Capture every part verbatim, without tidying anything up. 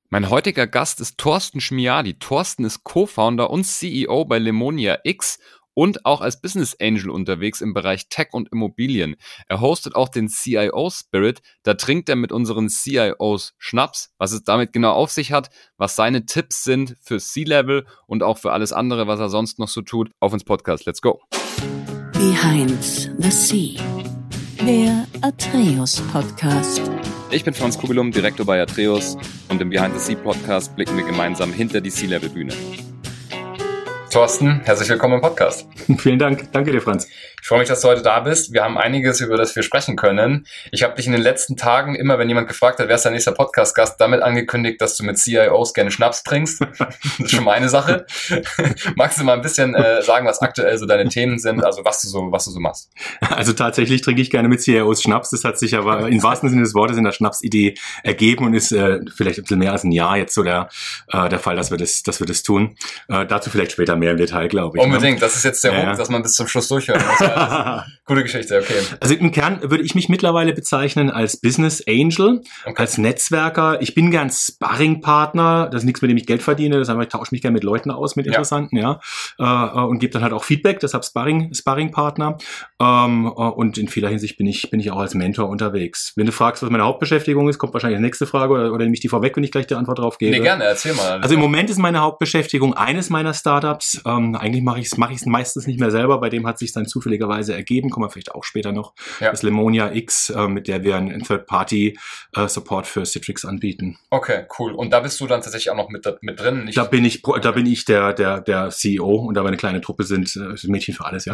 Mein heutiger Gast ist Thorsten Schmiadi. Thorsten ist Co-Founder und C E O bei Lemonia X und auch als Business Angel unterwegs im Bereich Tech und Immobilien. Er hostet auch den C I O Spirit. Da trinkt er mit unseren C I Os Schnaps. Was es damit genau auf sich hat, was seine Tipps sind für C-Level und auch für alles andere, was er sonst noch so tut. Auf ins Podcast. Let's go. Behind the Sea, der Atreus Podcast. Ich bin Franz Kugelum, Direktor bei Atreus, und im Behind the Sea Podcast blicken wir gemeinsam hinter die C-Level-Bühne. Thorsten, herzlich willkommen im Podcast. Vielen Dank. Danke dir, Franz. Ich freue mich, dass du heute da bist. Wir haben einiges, über das wir sprechen können. Ich habe dich in den letzten Tagen immer, wenn jemand gefragt hat, wer ist dein nächster Podcast-Gast, damit angekündigt, dass du mit C I Os gerne Schnaps trinkst. Das ist schon mal eine Sache. Magst du mal ein bisschen äh, sagen, was aktuell so deine Themen sind, also was du so, was du so machst? Also tatsächlich trinke ich gerne mit C I Os Schnaps. Das hat sich aber im wahrsten Sinne des Wortes in der Schnapsidee ergeben und ist äh, vielleicht ein bisschen mehr als ein Jahr jetzt so der, äh, der Fall, dass wir das, dass wir das tun. Äh, dazu vielleicht später mehr im Detail, glaube ich. Unbedingt. Ne? Das ist jetzt der Punkt, ja, dass man bis zum Schluss durchhören muss. Gute Geschichte, okay. Also im Kern würde ich mich mittlerweile bezeichnen als Business Angel, okay, als Netzwerker. Ich bin gern Sparringpartner. Das ist nichts, mit dem ich Geld verdiene. Das heißt, ich tausche mich gerne mit Leuten aus, mit Interessanten, ja, ja äh, und gebe dann halt auch Feedback. Deshalb Sparring, Sparringpartner. Ähm, und in vieler Hinsicht bin ich bin ich auch als Mentor unterwegs. Wenn du fragst, was meine Hauptbeschäftigung ist, kommt wahrscheinlich die nächste Frage oder, oder nehme ich die vorweg, wenn ich gleich die Antwort drauf gebe. Nee, gerne, erzähl mal. Also im Moment ist meine Hauptbeschäftigung eines meiner Startups. Ähm, eigentlich mache ich es mache ich es meistens nicht mehr selber. Bei dem hat sich dann zufälligerweise ergeben. Kommen wir vielleicht auch später noch. Ja. Das Lemonia X, äh, mit der wir einen Third-Party-Support äh, für Citrix anbieten. Okay, cool. Und da bist du dann tatsächlich auch noch mit, mit drin? Nicht? Da bin ich, da bin ich der, der, der C E O, und da wir eine kleine Truppe sind, äh, ist Mädchen für alles, ja.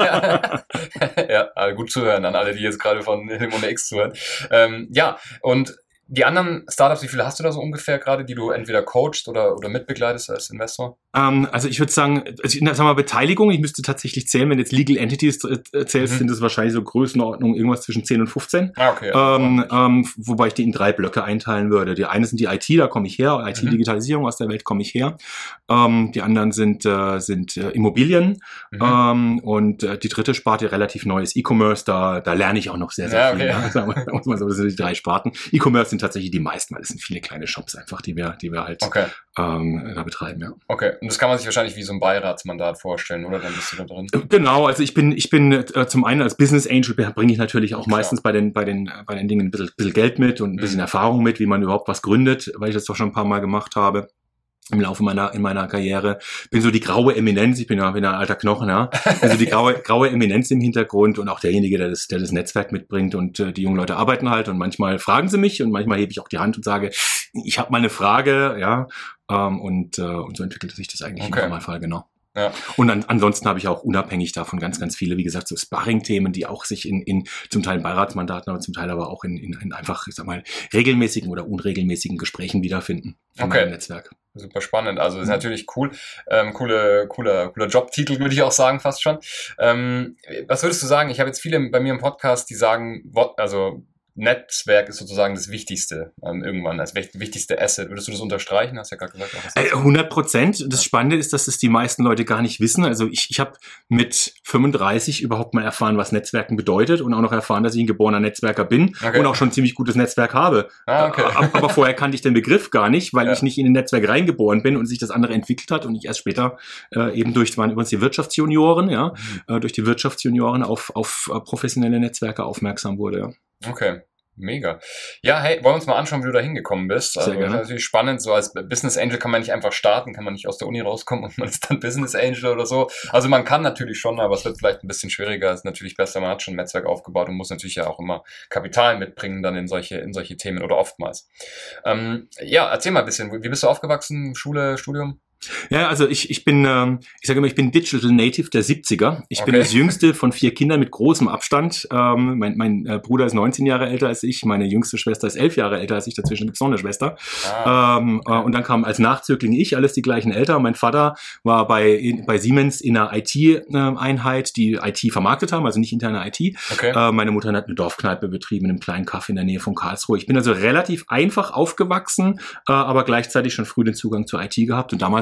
Ja, gut zu hören an alle, die jetzt gerade von Lemonia X zuhören. Ähm, ja, und die anderen Startups, wie viele hast du da so ungefähr gerade, die du entweder coachst oder, oder mitbegleitest als Investor? Ähm, also ich würde sagen, also ich, sagen wir Beteiligung, ich müsste tatsächlich zählen, wenn jetzt Legal Entities äh, zählst, mhm. sind das wahrscheinlich so Größenordnung irgendwas zwischen zehn und fünfzehn. Ah, okay. Ja, ähm, ähm, wobei ich die in drei Blöcke einteilen würde. Die eine sind die I T, da komme ich her, I T-Digitalisierung, mhm. aus der Welt komme ich her. Ähm, die anderen sind, äh, sind äh, Immobilien. Mhm. Ähm, und äh, die dritte Sparte, relativ neues E-Commerce, da, da lerne ich auch noch sehr, sehr ja, viel. Okay. Ja. Sagen wir, muss man so, das sind die drei Sparten. E-Commerce sind tatsächlich die meisten, weil es sind viele kleine Shops einfach, die wir, die wir halt okay. ähm, da betreiben, ja. Okay, und das kann man sich wahrscheinlich wie so ein Beiratsmandat vorstellen, oder? Dann bist du da drin. Genau, also ich bin, ich bin äh, zum einen als Business Angel bringe ich natürlich auch meistens bei den, bei den, bei den Dingen ein bisschen, bisschen Geld mit und ein bisschen mhm. Erfahrung mit, wie man überhaupt was gründet, weil ich das doch schon ein paar Mal gemacht habe im Laufe meiner, in meiner Karriere. Bin so die graue Eminenz, ich bin ja bin ein alter Knochen, ja. Also die graue, graue Eminenz im Hintergrund und auch derjenige, der das, der das Netzwerk mitbringt, und äh, die jungen Leute arbeiten halt, und manchmal fragen sie mich und manchmal hebe ich auch die Hand und sage, ich habe mal eine Frage, ja, ähm, und, äh, und so entwickelt sich das eigentlich okay. im Normalfall, genau. Ja. Und an, ansonsten habe ich auch unabhängig davon ganz, ganz viele, wie gesagt, so Sparring-Themen, die auch sich in, in zum Teil in Beiratsmandaten, aber zum Teil aber auch in, in, in einfach, ich sag mal, regelmäßigen oder unregelmäßigen Gesprächen wiederfinden in okay. meinem Netzwerk. Super spannend. Also das ist natürlich cool. Ähm, coole, cooler, cooler Jobtitel, würde ich auch sagen, fast schon. Ähm, was würdest du sagen? Ich habe jetzt viele bei mir im Podcast, die sagen, also Netzwerk ist sozusagen das Wichtigste ähm, irgendwann, das wichtigste Asset. Würdest du das unterstreichen? Hast du ja gerade gesagt. Äh, hundert Prozent. Das Spannende ist, dass das die meisten Leute gar nicht wissen. Also ich, ich habe mit fünfunddreißig überhaupt mal erfahren, was Netzwerken bedeutet, und auch noch erfahren, dass ich ein geborener Netzwerker bin okay. und auch schon ein ziemlich gutes Netzwerk habe. Ah, okay. aber, aber vorher kannte ich den Begriff gar nicht, weil ja. ich nicht in ein Netzwerk reingeboren bin und sich das andere entwickelt hat und ich erst später äh, eben durch, waren übrigens die Wirtschaftsjunioren, ja, mhm. äh, durch die Wirtschaftsjunioren auf, auf äh, professionelle Netzwerke aufmerksam wurde. Ja. Okay. Mega. Ja, hey, wollen wir uns mal anschauen, wie du da hingekommen bist. Also, das ist natürlich spannend. So als Business Angel kann man nicht einfach starten, kann man nicht aus der Uni rauskommen und man ist dann Business Angel oder so. Also man kann natürlich schon, aber es wird vielleicht ein bisschen schwieriger. Es ist natürlich besser, man hat schon ein Netzwerk aufgebaut und muss natürlich ja auch immer Kapital mitbringen dann in solche, in solche Themen oder oftmals. Ähm, ja, erzähl mal ein bisschen. Wie bist du aufgewachsen? Schule, Studium? Ja, also ich ich bin, ähm, ich sage immer, ich bin Digital Native der siebziger. Ich okay. bin das jüngste von vier Kindern mit großem Abstand. Ähm, mein mein äh, Bruder ist neunzehn Jahre älter als ich, meine jüngste Schwester ist elf Jahre älter als ich, dazwischen gibt's noch eine Schwester. Ah, ähm, okay. äh, und dann kam als Nachzögling ich, alles die gleichen Eltern. Mein Vater war bei in, bei Siemens in einer I T-Einheit, die I T vermarktet haben, also nicht interne I T. Okay. Äh, meine Mutter hat eine Dorfkneipe betrieben in einem kleinen Kaff in der Nähe von Karlsruhe. Ich bin also relativ einfach aufgewachsen, äh, aber gleichzeitig schon früh den Zugang zur I T gehabt. Und damals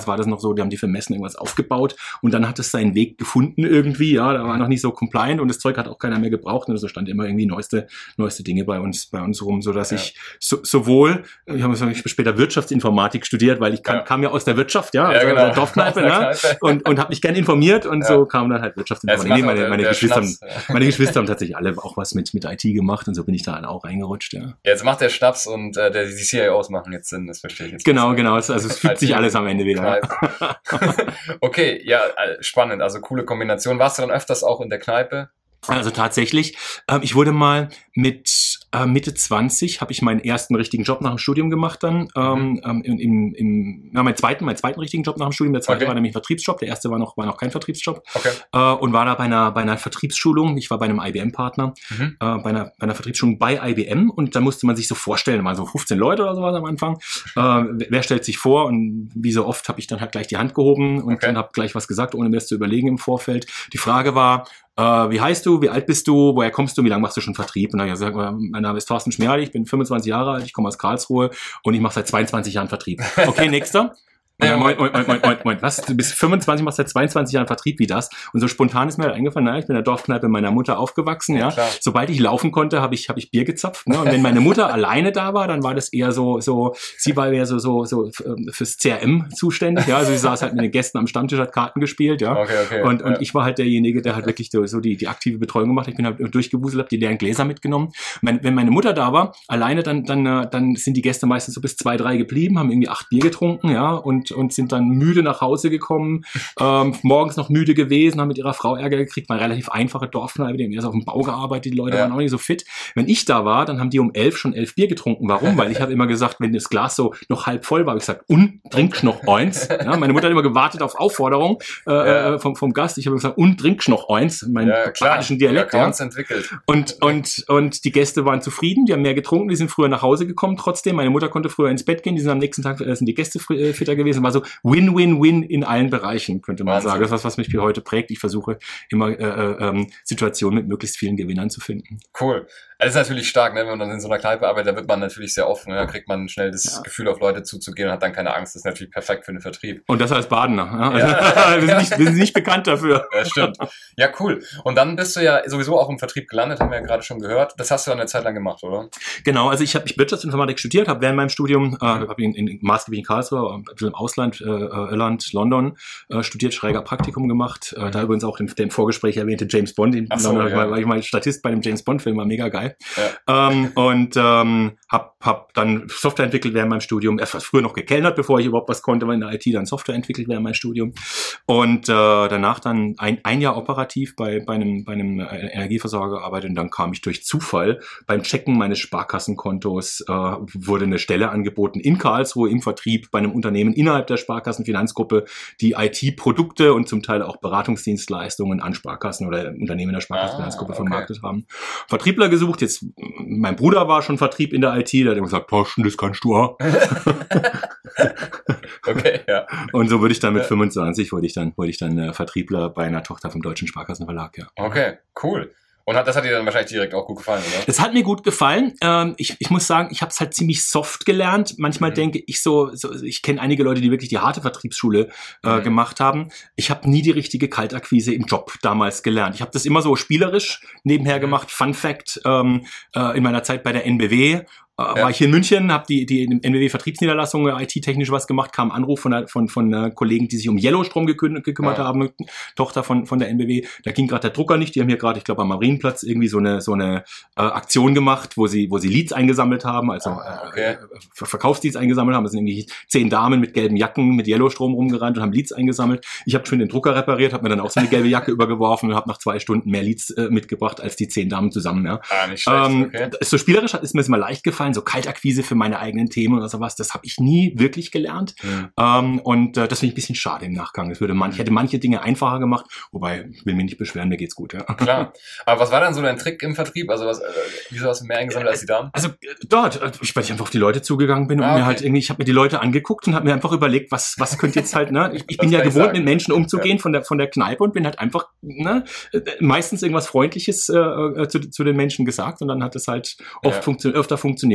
damals war das noch so, die haben die für Messen irgendwas aufgebaut und dann hat es seinen Weg gefunden irgendwie, ja, da war noch nicht so compliant und das Zeug hat auch keiner mehr gebraucht und so stand immer irgendwie neueste, neueste Dinge bei uns, bei uns rum, so dass ja. ich so, sowohl, ich habe später Wirtschaftsinformatik studiert, weil ich kam ja, kam ja aus der Wirtschaft, ja, ja also genau. Dorfkneipe, ne? und, und habe mich gern informiert und ja. so kam dann halt Wirtschaftsinformatik. Nee, meine, meine, Geschwister haben, meine Geschwister haben tatsächlich alle auch was mit, mit I T gemacht und so bin ich da auch reingerutscht, ja. Ja, jetzt macht der Schnaps und äh, der, die C I Os machen jetzt Sinn, das verstehe ich jetzt. Genau, genau, also es fügt sich alles am Ende wieder. Okay, ja, spannend, also coole Kombination. Warst du dann öfters auch in der Kneipe? Also tatsächlich, ähm, ich wurde mal mit äh, Mitte zwanzig, habe ich meinen ersten richtigen Job nach dem Studium gemacht dann. Ähm, mhm. im, im, im, ja, meinen zweiten, meinen zweiten richtigen Job nach dem Studium. Der zweite okay. war nämlich ein Vertriebsjob, der erste war noch, war noch kein Vertriebsjob. Okay. Äh, und war da bei einer, bei einer Vertriebsschulung, ich war bei einem I B M-Partner, mhm. äh, bei, einer, bei einer Vertriebsschulung bei I B M und da musste man sich so vorstellen, mal so fünfzehn Leute oder sowas am Anfang. Äh, wer stellt sich vor? Und wie so oft habe ich dann halt gleich die Hand gehoben und okay. dann habe gleich was gesagt, ohne mir das zu überlegen im Vorfeld. Die Frage war, Uh, wie heißt du, wie alt bist du, woher kommst du, wie lange machst du schon Vertrieb? Und dann habe ich gesagt, mein Name ist Thorsten Schmerl, ich bin fünfundzwanzig Jahre alt, ich komme aus Karlsruhe und ich mache seit zweiundzwanzig Jahren Vertrieb. Okay, nächster. Ja, Moment, Moment, Moment, Moment, Moment, was? Du bist fünfundzwanzig, machst seit zweiundzwanzig Jahren Vertrieb, wie das? Und so spontan ist mir halt eingefallen, naja, ich bin in der Dorfkneipe meiner Mutter aufgewachsen, ja. ja. Sobald ich laufen konnte, habe ich, habe ich Bier gezapft, ne? Und wenn meine Mutter alleine da war, dann war das eher so, so, sie war eher so, so, so fürs C R M zuständig, ja. Also sie saß halt mit den Gästen am Stammtisch, hat Karten gespielt, ja. Okay, okay. Und, und ja. ich war halt derjenige, der halt wirklich so, so die, die aktive Betreuung gemacht hat. Ich bin halt durchgewuselt, habe die leeren Gläser mitgenommen. Wenn, wenn meine Mutter da war, alleine, dann, dann, dann sind die Gäste meistens so bis zwei, drei geblieben, haben irgendwie acht Bier getrunken, ja, und, und sind dann müde müde nach Hause gekommen, ähm, morgens noch müde gewesen, haben mit ihrer Frau Ärger gekriegt, war eine relativ einfache Dorfkneipe, die haben erst auf dem Bau gearbeitet, die Leute ja. waren auch nicht so fit. Wenn ich da war, dann haben die um elf schon elf Bier getrunken. Warum? Weil ich habe immer gesagt, wenn das Glas so noch halb voll war, habe ich gesagt, und trinkst noch eins. Ja, meine Mutter hat immer gewartet auf Aufforderung äh, ja. vom, vom Gast. Ich habe gesagt, und trinkst noch eins, meinen ja, badischen Dialekt. Ja, ja. entwickelt. Und, und, und die Gäste waren zufrieden, die haben mehr getrunken, die sind früher nach Hause gekommen trotzdem. Meine Mutter konnte früher ins Bett gehen, die sind am nächsten Tag äh, sind die Gäste äh, fitter gewesen. War so Win Win-Win in allen Bereichen, könnte man Wahnsinn. sagen. Das ist was, was mich bis heute prägt. Ich versuche immer äh, ähm, Situationen mit möglichst vielen Gewinnern zu finden. Cool. Das ist natürlich stark, ne? Wenn man dann in so einer Kneipe arbeitet, da wird man natürlich sehr offen. Da kriegt man schnell das ja. Gefühl, auf Leute zuzugehen und hat dann keine Angst. Das ist natürlich perfekt für den Vertrieb. Und das als Badener. Ja? Ja. wir, sind nicht, wir sind nicht bekannt dafür. Ja, stimmt. Ja, cool. Und dann bist du ja sowieso auch im Vertrieb gelandet, haben wir ja gerade schon gehört. Das hast du dann eine Zeit lang gemacht, oder? Genau. Also ich habe ich Wirtschaftsinformatik studiert, habe während meinem Studium, äh, habe in, in maßgeblich in Karlsruhe, ein bisschen im Ausland, äh, Irland, London, äh, studiert, schräger Praktikum gemacht. Äh, da übrigens auch den, den Vorgespräch erwähnte James Bond. In Ach so, London ja. war ich mal Statist bei dem James Bond Film, war mega geil. Ja. Ähm, und ähm, hab, hab dann Software entwickelt während meinem Studium. Erst früher noch gekellnert, bevor ich überhaupt was konnte, war in der I T dann Software entwickelt während meinem Studium. Und äh, danach dann ein, ein Jahr operativ bei, bei einem, bei einem Energieversorger gearbeitet. Und dann kam ich durch Zufall beim Checken meines Sparkassenkontos, äh, wurde eine Stelle angeboten in Karlsruhe im Vertrieb bei einem Unternehmen innerhalb der Sparkassenfinanzgruppe, die I T-Produkte und zum Teil auch Beratungsdienstleistungen an Sparkassen oder Unternehmen der Sparkassenfinanzgruppe ah, okay. vermarktet haben. Vertriebler gesucht, jetzt mein Bruder war schon Vertrieb in der I T, der hat immer gesagt, Thorsten, das kannst du auch. Okay, ja. Und so wurde ich dann mit ja. fünfundzwanzig, wurde ich dann, wurde ich dann äh, Vertriebler bei einer Tochter vom Deutschen Sparkassenverlag, ja. Okay, cool. Und hat, das hat dir dann wahrscheinlich direkt auch gut gefallen, oder? Das hat mir gut gefallen. Ähm, ich, ich muss sagen, ich habe es halt ziemlich soft gelernt. Manchmal mhm. denke ich so, so ich kenne einige Leute, die wirklich die harte Vertriebsschule äh, mhm. gemacht haben. Ich habe nie die richtige Kaltakquise im Job damals gelernt. Ich habe das immer so spielerisch nebenher mhm. gemacht. Fun Fact, ähm, äh, in meiner Zeit bei der N B W Ja. war ich hier in München, habe die die N B W-Vertriebsniederlassung I T-technisch was gemacht, kam ein Anruf von der, von von äh, Kollegen, die sich um Yellowstrom gekü- gekümmert ja. haben, Tochter von von der N B W. Da ging gerade der Drucker nicht. Die haben hier gerade, ich glaube am Marienplatz irgendwie so eine so eine äh, Aktion gemacht, wo sie wo sie Leads eingesammelt haben, also ah, okay. äh, Verkaufsleads eingesammelt haben. Das sind irgendwie zehn Damen mit gelben Jacken mit Yellowstrom rumgerannt und haben Leads eingesammelt. Ich habe schon den Drucker repariert, habe mir dann auch so eine gelbe Jacke übergeworfen und habe nach zwei Stunden mehr Leads äh, mitgebracht als die zehn Damen zusammen. Ja. Ah, nicht schlecht. Ähm, okay. So spielerisch ist mir das mal leicht gefallen. So Kaltakquise für meine eigenen Themen oder sowas, das habe ich nie wirklich gelernt. Mhm. Ähm, und äh, das finde ich ein bisschen schade im Nachgang. Das würde man, ich hätte manche Dinge einfacher gemacht, wobei, ich will mich nicht beschweren, mir geht's gut. Ja. Klar. Aber was war dann so dein Trick im Vertrieb? Also was, äh, wieso hast du mehr eingesammelt als die Damen? Also äh, dort, äh, ich, weil ich einfach auf die Leute zugegangen bin und ah, okay. mir halt irgendwie, ich habe mir die Leute angeguckt und habe mir einfach überlegt, was was könnte jetzt halt, ne? Ich, ich bin ja gewohnt, mit Menschen umzugehen ja. von der von der Kneipe und bin halt einfach, ne, meistens irgendwas Freundliches äh, zu, zu den Menschen gesagt und dann hat es halt oft ja. funktio- öfter funktioniert.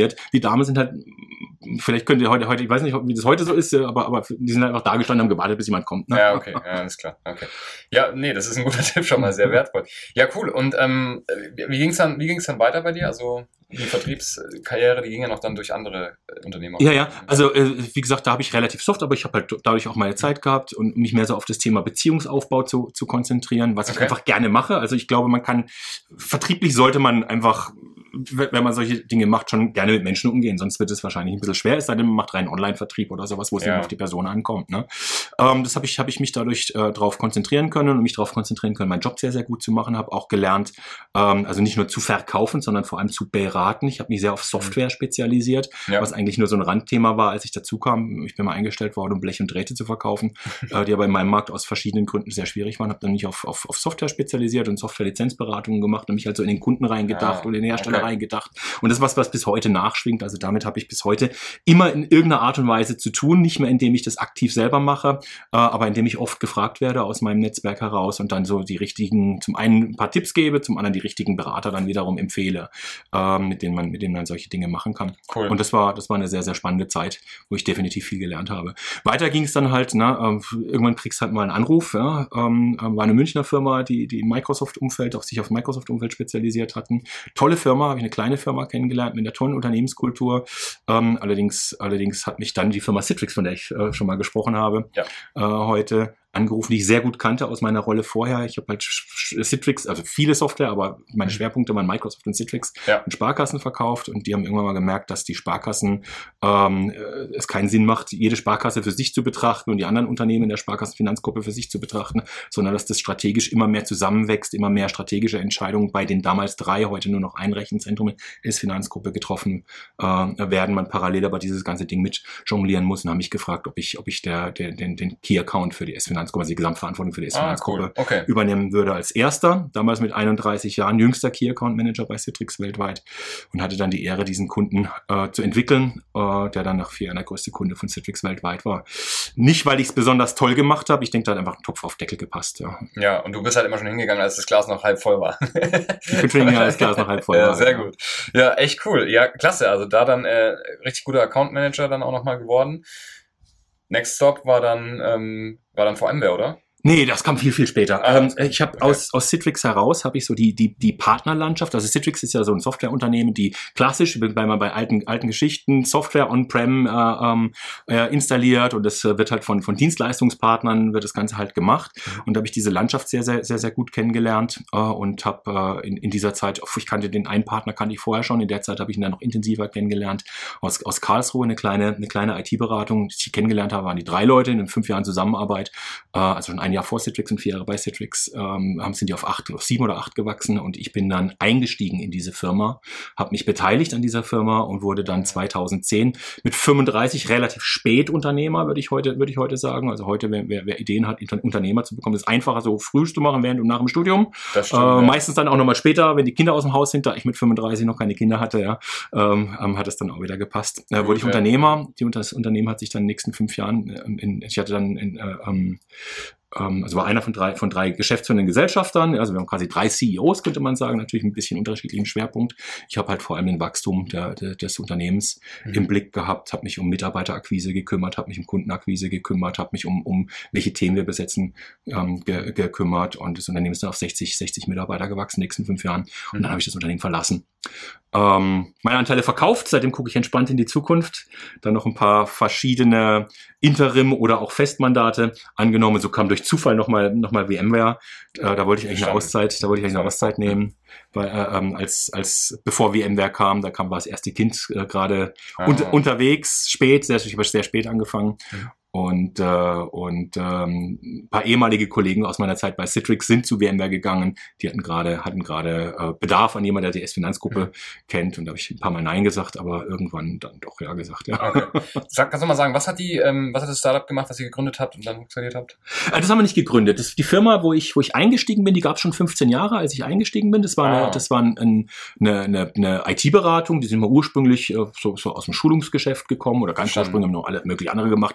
funktioniert. Die Damen sind halt, vielleicht könnt ihr heute, heute, ich weiß nicht, wie das heute so ist, aber, aber die sind einfach da gestanden und haben gewartet, bis jemand kommt. Ne? Ja, okay, ja, alles klar. Okay. Ja, nee, das ist ein guter Tipp, schon mal sehr wertvoll. Ja, cool. Und ähm, wie ging's dann, wie ging's dann weiter bei dir? Also die Vertriebskarriere, die ging ja noch dann durch andere Unternehmer. Ja, ja, also äh, wie gesagt, da habe ich relativ soft, aber ich habe halt dadurch auch meine Zeit gehabt und mich mehr so auf das Thema Beziehungsaufbau zu, zu konzentrieren, was okay. ich einfach gerne mache. Also ich glaube, man kann, vertrieblich sollte man einfach, wenn man solche Dinge macht, schon gerne mit Menschen umgehen, sonst wird es wahrscheinlich ein bisschen schwer, es sei denn, man macht rein Online-Vertrieb oder sowas, wo es ja. eben auf die Person ankommt. Ne? Ähm, das habe ich, hab ich mich dadurch äh, darauf konzentrieren können und mich darauf konzentrieren können, meinen Job sehr, sehr gut zu machen, habe auch gelernt, ähm, also nicht nur zu verkaufen, sondern vor allem zu beraten. Ich habe mich sehr auf Software spezialisiert, ja. was eigentlich nur so ein Randthema war, als ich dazu kam. Ich bin mal eingestellt worden, um Blech und Drähte zu verkaufen, äh, die aber in meinem Markt aus verschiedenen Gründen sehr schwierig waren. Habe dann mich auf, auf, auf Software spezialisiert und Software-Lizenzberatungen gemacht und mich halt so in den Kunden reingedacht ja. und in den Hersteller okay. reingedacht. Und das ist was, was bis heute nachschwingt. Also damit habe ich bis heute immer in irgendeiner Art und Weise zu tun. Nicht mehr, indem ich das aktiv selber mache, äh, aber indem ich oft gefragt werde aus meinem Netzwerk heraus und dann so die richtigen, zum einen ein paar Tipps gebe, zum anderen die richtigen Berater dann wiederum empfehle, ähm, mit denen man, mit denen man solche Dinge machen kann. Cool. Und das war, das war eine sehr, sehr spannende Zeit, wo ich definitiv viel gelernt habe. Weiter ging es dann halt, ne, äh, irgendwann kriegst du halt mal einen Anruf, ja, ähm, war eine Münchner Firma, die, die im Microsoft-Umfeld, auch sich auf Microsoft-Umfeld spezialisiert hatten. Tolle Firma, habe ich eine kleine Firma kennengelernt mit einer tollen Unternehmenskultur. Ähm, allerdings, allerdings hat mich dann die Firma Citrix, von der ich äh, schon mal gesprochen habe, ja. äh, heute angerufen, die ich sehr gut kannte aus meiner Rolle vorher. Ich habe halt Citrix, also viele Software, aber meine Schwerpunkte waren Microsoft und Citrix ja. und Sparkassen verkauft und die haben irgendwann mal gemerkt, dass die Sparkassen ähm, es keinen Sinn macht, jede Sparkasse für sich zu betrachten und die anderen Unternehmen in der Sparkassenfinanzgruppe für sich zu betrachten, sondern dass das strategisch immer mehr zusammenwächst, immer mehr strategische Entscheidungen bei den damals drei, heute nur noch ein Rechenzentrum in der Finanzgruppe getroffen äh, werden, man parallel aber dieses ganze Ding mit jonglieren muss und haben mich gefragt, ob ich, ob ich der, der, den, den Key-Account für die S-Finanzgruppe, also die Gesamtverantwortung für die S-Finanzgruppe ah, cool. okay. übernehmen würde als erster, damals mit einunddreißig Jahren, jüngster Key-Account-Manager bei Citrix weltweit und hatte dann die Ehre, diesen Kunden äh, zu entwickeln, äh, der dann nach vier Jahren der größte Kunde von Citrix weltweit war. Nicht, weil ich es besonders toll gemacht habe, ich denke, da hat einfach ein Topf auf Deckel gepasst. Ja. ja, und du bist halt immer schon hingegangen, als das Glas noch halb voll war. Ich bin schon hingegangen, als das Glas noch halb voll ja, war. Sehr ja. gut. Ja, echt cool. Ja, klasse. Also da dann äh, richtig guter Account-Manager dann auch nochmal geworden. Next Stop war dann, ähm, war dann VMware, oder? Nee, das kam viel, viel später. Ah, ähm, ich habe okay. aus, aus Citrix heraus, habe ich so die, die, die Partnerlandschaft, also Citrix ist ja so ein Softwareunternehmen, die klassisch, wenn man bei alten, alten Geschichten, Software on-prem äh, äh, installiert und das wird halt von, von Dienstleistungspartnern, wird das Ganze halt gemacht. Mhm. Und da habe ich diese Landschaft sehr, sehr, sehr, sehr gut kennengelernt äh, und habe äh, in, in dieser Zeit, ich kannte den einen Partner, kannte ich vorher schon, in der Zeit habe ich ihn dann noch intensiver kennengelernt. Aus, aus Karlsruhe, eine kleine, eine kleine I T-Beratung, die ich kennengelernt habe, waren die drei Leute in fünf Jahren Zusammenarbeit, äh, also schon ein Jahr vor Citrix und vier Jahre bei Citrix, ähm, haben sind die auf acht, auf sieben oder acht gewachsen und ich bin dann eingestiegen in diese Firma, habe mich beteiligt an dieser Firma und wurde dann zweitausendzehn mit fünfunddreißig relativ spät Unternehmer, würde ich heute, würde ich heute sagen. Also heute, wer, wer, wer Ideen hat, Unternehmer zu bekommen, ist einfacher so früh zu machen, während und nach dem Studium. Das stimmt, äh, ja. Meistens dann auch nochmal später, wenn die Kinder aus dem Haus sind, da ich mit fünfunddreißig noch keine Kinder hatte, ja, ähm, hat es dann auch wieder gepasst. Äh, wurde ich ja. Unternehmer. Die, das Unternehmen hat sich dann in den nächsten fünf Jahren, äh, in, ich hatte dann in, äh, ähm, also war einer von drei, von drei geschäftsführenden Gesellschaftern. Also wir haben quasi drei C E Os, könnte man sagen, natürlich ein bisschen unterschiedlichen Schwerpunkt. Ich habe halt vor allem den Wachstum der, der, des Unternehmens mhm. im Blick gehabt, habe mich um Mitarbeiterakquise gekümmert, habe mich um Kundenakquise gekümmert, habe mich um, um welche Themen wir besetzen ähm, ge, gekümmert und das Unternehmen ist dann auf sechzig, sechzig Mitarbeiter gewachsen in den nächsten fünf Jahren und mhm. dann habe ich das Unternehmen verlassen. Ähm, meine Anteile verkauft, seitdem gucke ich entspannt in die Zukunft. Dann noch ein paar verschiedene Interim- oder auch Festmandate angenommen. So kam durch Zufall nochmal noch mal VMware. Äh, da wollte ich eigentlich eine Auszeit, da wollte ich eigentlich eine Auszeit nehmen. Weil, äh, ähm, als, als, bevor VMware kam, da kam, war das erste Kind äh, gerade ah. unter, unterwegs, spät, sehr, ich habe sehr spät angefangen. Mhm. Und, äh, und ähm, ein paar ehemalige Kollegen aus meiner Zeit bei Citrix sind zu VMware gegangen. Die hatten gerade hatten gerade äh, Bedarf an jemand, der die S-Finanzgruppe mhm. kennt. Und da habe ich ein paar Mal Nein gesagt, aber irgendwann dann doch Ja gesagt. Ja. Okay. Sag, kannst du mal sagen, was hat die, ähm, was hat das Startup gemacht, was ihr gegründet habt und dann funktioniert habt? Äh, das haben wir nicht gegründet. Das, die Firma, wo ich wo ich eingestiegen bin, die gab es schon fünfzehn Jahre, als ich eingestiegen bin. Das war ah. eine, das war ein, eine, eine, eine I T-Beratung. Die sind mal ursprünglich äh, so, so aus dem Schulungsgeschäft gekommen oder ganz ursprünglich haben noch alle mögliche andere gemacht, haben die mal einen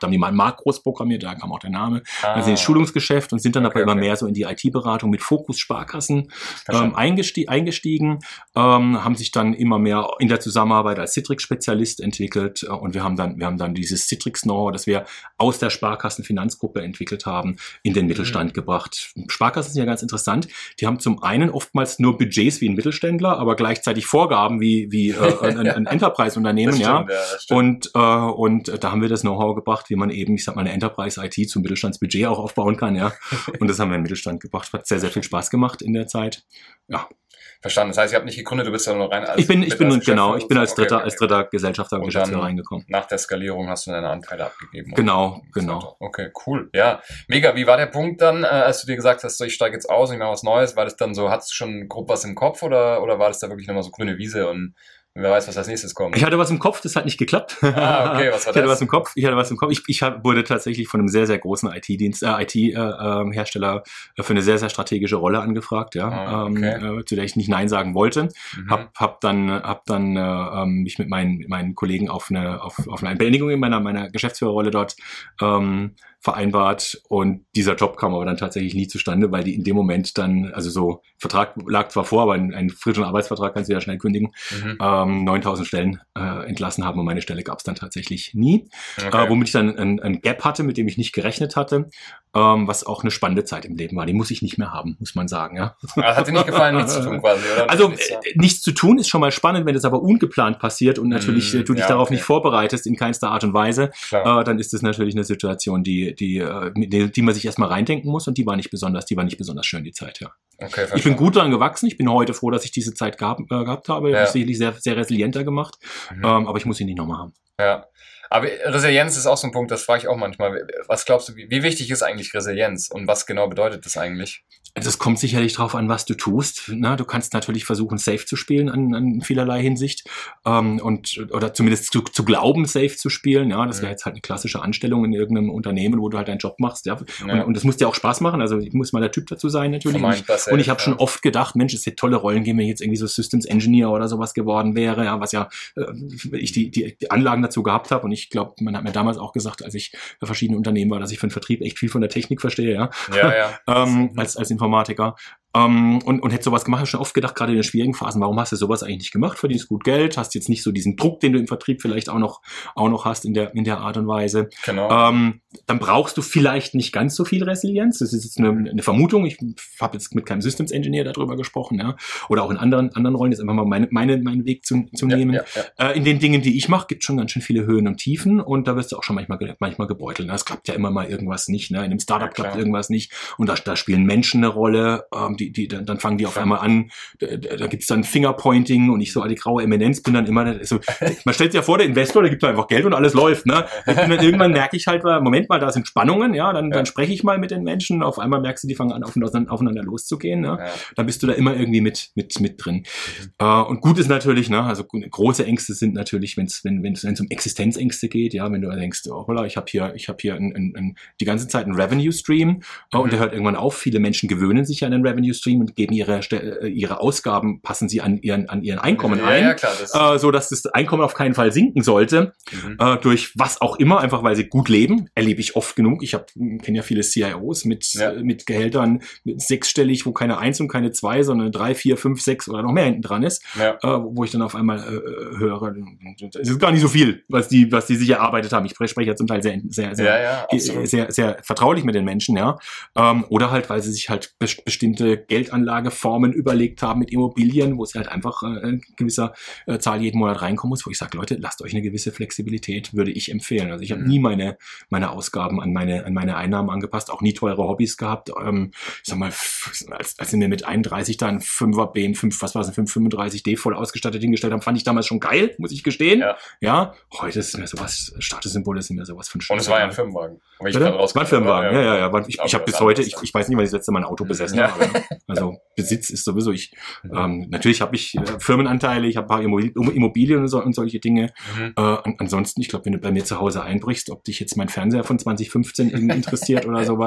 Spark groß programmiert, da kam auch der Name. Ah. Also ins Schulungsgeschäft und sind dann Okay, aber immer okay. mehr so in die I T-Beratung mit Fokus Sparkassen ähm, eingesti- eingestiegen, ähm, haben sich dann immer mehr in der Zusammenarbeit als Citrix-Spezialist entwickelt äh, und wir haben dann, wir haben dann dieses Citrix-Know-how, das wir aus der Sparkassen-Finanzgruppe entwickelt haben, in den Mittelstand mhm. gebracht. Sparkassen sind ja ganz interessant. Die haben zum einen oftmals nur Budgets wie ein Mittelständler, aber gleichzeitig Vorgaben wie, wie äh, ein, ein Enterprise-Unternehmen, stimmt, ja. ja und, äh, und da haben wir das Know-how gebracht, wie man eben, ich sag mal, eine Enterprise-I T zum Mittelstandsbudget auch aufbauen kann, ja. Und das haben wir in den Mittelstand gebracht. Hat sehr, sehr viel Spaß gemacht in der Zeit. Ja. Verstanden. Das heißt, ihr habt nicht gegründet, du bist ja nur rein als Ich bin, ich bin, als genau, ich bin als okay, dritter, okay. als dritter Gesellschafter und Und Geschäftsführer dann reingekommen. Nach der Skalierung hast du deine Anteile abgegeben. Genau, genau. Okay, cool. Ja, mega. Wie war der Punkt dann, äh, als du dir gesagt hast, so, ich steige jetzt aus, ich mache was Neues? War das dann so, hattest du schon grob was im Kopf oder, oder war das da wirklich nochmal so grüne Wiese und wer weiß, was als nächstes kommt? Ich hatte was im Kopf, das hat nicht geklappt. Ah, okay, was war das? Ich hatte was im Kopf, ich hatte was im Kopf. Ich, ich hab, wurde tatsächlich von einem sehr, sehr großen I T-Dienst, äh, I T-Hersteller äh, für eine sehr, sehr strategische Rolle angefragt, ja, Ah, okay. ähm, äh, zu der ich nicht Nein sagen wollte. Mhm. Hab, hab dann, hab dann äh, mich mit meinen, mit meinen Kollegen auf eine, auf, auf eine Beendigung in meiner, meiner Geschäftsführerrolle dort ähm, vereinbart und dieser Job kam aber dann tatsächlich nie zustande, weil die in dem Moment dann, also so, Vertrag lag zwar vor, aber ein, ein frischen Arbeitsvertrag kannst du ja schnell kündigen, Mhm. ähm, neuntausend Stellen äh, entlassen haben und meine Stelle gab es dann tatsächlich nie, Okay. äh, womit ich dann ein, ein Gap hatte, mit dem ich nicht gerechnet hatte, ähm, was auch eine spannende Zeit im Leben war. Die muss ich nicht mehr haben, muss man sagen, ja. Ah, hat dir nicht gefallen, nichts zu tun quasi, oder? Also Nichts, ja. äh, nichts zu tun ist schon mal spannend, wenn das aber ungeplant passiert und natürlich Mm, äh, du dich ja, darauf okay. nicht vorbereitest in keinster Art und Weise, Klar. äh, dann ist das natürlich eine Situation, die, die, äh, mit der- die man sich erstmal reindenken muss und die war nicht besonders, die war nicht besonders schön, die Zeit, ja. Okay, Ich bin gut dran gewachsen, ich bin heute froh, dass ich diese Zeit gab, äh, gehabt habe, Ja. ja. sicherlich sehr, sehr resilienter gemacht, Mhm. ähm, aber ich muss ihn nicht nochmal haben. Ja. Aber Resilienz ist auch so ein Punkt, das frage ich auch manchmal. Was glaubst du, wie, wie wichtig ist eigentlich Resilienz und was genau bedeutet das eigentlich? Das kommt sicherlich drauf an, was du tust. Na, du kannst natürlich versuchen, safe zu spielen an, an vielerlei Hinsicht ähm, und oder zumindest zu, zu glauben, safe zu spielen. Ja, das wäre Mhm. jetzt halt eine klassische Anstellung in irgendeinem Unternehmen, wo du halt deinen Job machst. Ja, Ja. und, und das muss dir auch Spaß machen. Also ich muss mal der Typ dazu sein natürlich. Und ich, Vermeintbar safe, und ich habe ja. schon oft gedacht, Mensch, es hätte tolle Rollen geben, wenn ich jetzt irgendwie so Systems Engineer oder sowas geworden wäre. Ja, was ja äh, ich die, die die Anlagen dazu gehabt habe. Und ich glaube, man hat mir damals auch gesagt, als ich bei verschiedenen Unternehmen war, dass ich für den Vertrieb echt viel von der Technik verstehe. Ja, Ja, ja. ähm, als, als Informatiker. Ähm, und, und hätte sowas gemacht, habe schon oft gedacht, gerade in den schwierigen Phasen, warum hast du sowas eigentlich nicht gemacht? Verdienst gut Geld, hast jetzt nicht so diesen Druck, den du im Vertrieb vielleicht auch noch, auch noch hast in der, in der Art und Weise. Genau. Ähm, dann brauchst du vielleicht nicht ganz so viel Resilienz. Das ist jetzt eine, eine Vermutung. Ich habe jetzt mit keinem Systems Engineer darüber gesprochen, ja. Oder auch in anderen, anderen Rollen, jetzt einfach mal meine, meine, meinen Weg zu, zu Ja, nehmen. ja, ja. Äh, in den Dingen, die ich mache, gibt es schon ganz schön viele Höhen und Tiefen und da wirst du auch schon manchmal, ge- manchmal gebeutelt. Ne? Es klappt ja immer mal irgendwas nicht. Ne? In einem Startup Ja, klar. klappt irgendwas nicht und da, da spielen Menschen eine Rolle. Ähm, die, die, dann, dann fangen die auf Klar. einmal an, da, da da gibt's dann Fingerpointing und ich so, die graue Eminenz bin dann immer, so, man stellt sich ja vor, der Investor, der gibt einfach Geld und alles läuft. Ne? Ich bin dann, irgendwann merke ich halt, Moment mal, da sind Spannungen, ja, dann, Ja. dann spreche ich mal mit den Menschen, auf einmal merkst du, die fangen an, aufeinander, aufeinander loszugehen. Ne? Ja. Dann bist du da immer irgendwie mit, mit, mit drin. Äh, und gut ist natürlich, ne, also große Ängste sind natürlich, wenn's, wenn wenn es um Existenzängste geht, ja, wenn du denkst, oh, holla, ich habe hier, ich habe hier ein, ein, ein, die ganze Zeit einen Revenue-Stream äh, Mhm. und der hört irgendwann auf. Viele Menschen gewöhnen sich an den Revenue-Stream und geben ihre, Ste- äh, ihre Ausgaben, passen sie an ihren, an ihren Einkommen Ja, ein, ja, klar, das- äh, so dass das Einkommen auf keinen Fall sinken sollte, Mhm. äh, durch was auch immer, einfach weil sie gut leben, erlebe ich oft genug. Ich kenne ja viele C I Os mit, Ja. äh, mit Gehältern mit sechsstellig, wo keine Eins und keine Zwei, sondern drei, vier, fünf, sechs oder noch mehr hinten dran ist, Ja. äh, wo ich dann auf einmal äh, höre, es ist gar nicht so viel, was die, was die sich erarbeitet haben. Ich spreche ja zum Teil sehr, sehr, sehr, Ja, ja, äh, absolut. sehr, sehr vertraulich mit den Menschen, ja. Ähm, oder halt, weil sie sich halt bes- bestimmte Geldanlageformen überlegt haben mit Immobilien, wo es halt einfach äh, eine gewisse äh, Zahl jeden Monat reinkommen muss, wo ich sage, Leute, lasst euch eine gewisse Flexibilität, würde ich empfehlen. Also ich habe Mhm. nie meine, meine Ausgaben an meine, an meine Einnahmen angepasst, auch nie teure Hobbys gehabt. Ähm, ich sag mal, f- als, als sie mir mit einunddreißig da ein Fünfer B M fünf, was war es, ein fünf fünfunddreißig D voll ausgestattet hingestellt haben, fand ich damals schon geil, muss ich gestehen. Ja. Ja, heute ist mir sowas, Statussymbole sind mir sowas von Und es war ja ein Firmenwagen. Hab ich Bitte? gerade War ein Firmenwagen, ja, ja, ja. War- Ich, ich Aber habe bis was heute, anderes, ich, ich weiß nicht, wann ich das letzte Mal ein Auto besessen Ja. habe. Also Besitz ist sowieso ich. Ähm, natürlich habe ich äh, Firmenanteile, ich habe ein paar Immobil- Immobilien und, so, und solche Dinge. Mhm. Äh, an, ansonsten, ich glaube, wenn du bei mir zu Hause einbrichst, ob dich jetzt mein Fernseher von zwanzig fünfzehn irgendwie interessiert oder sowas,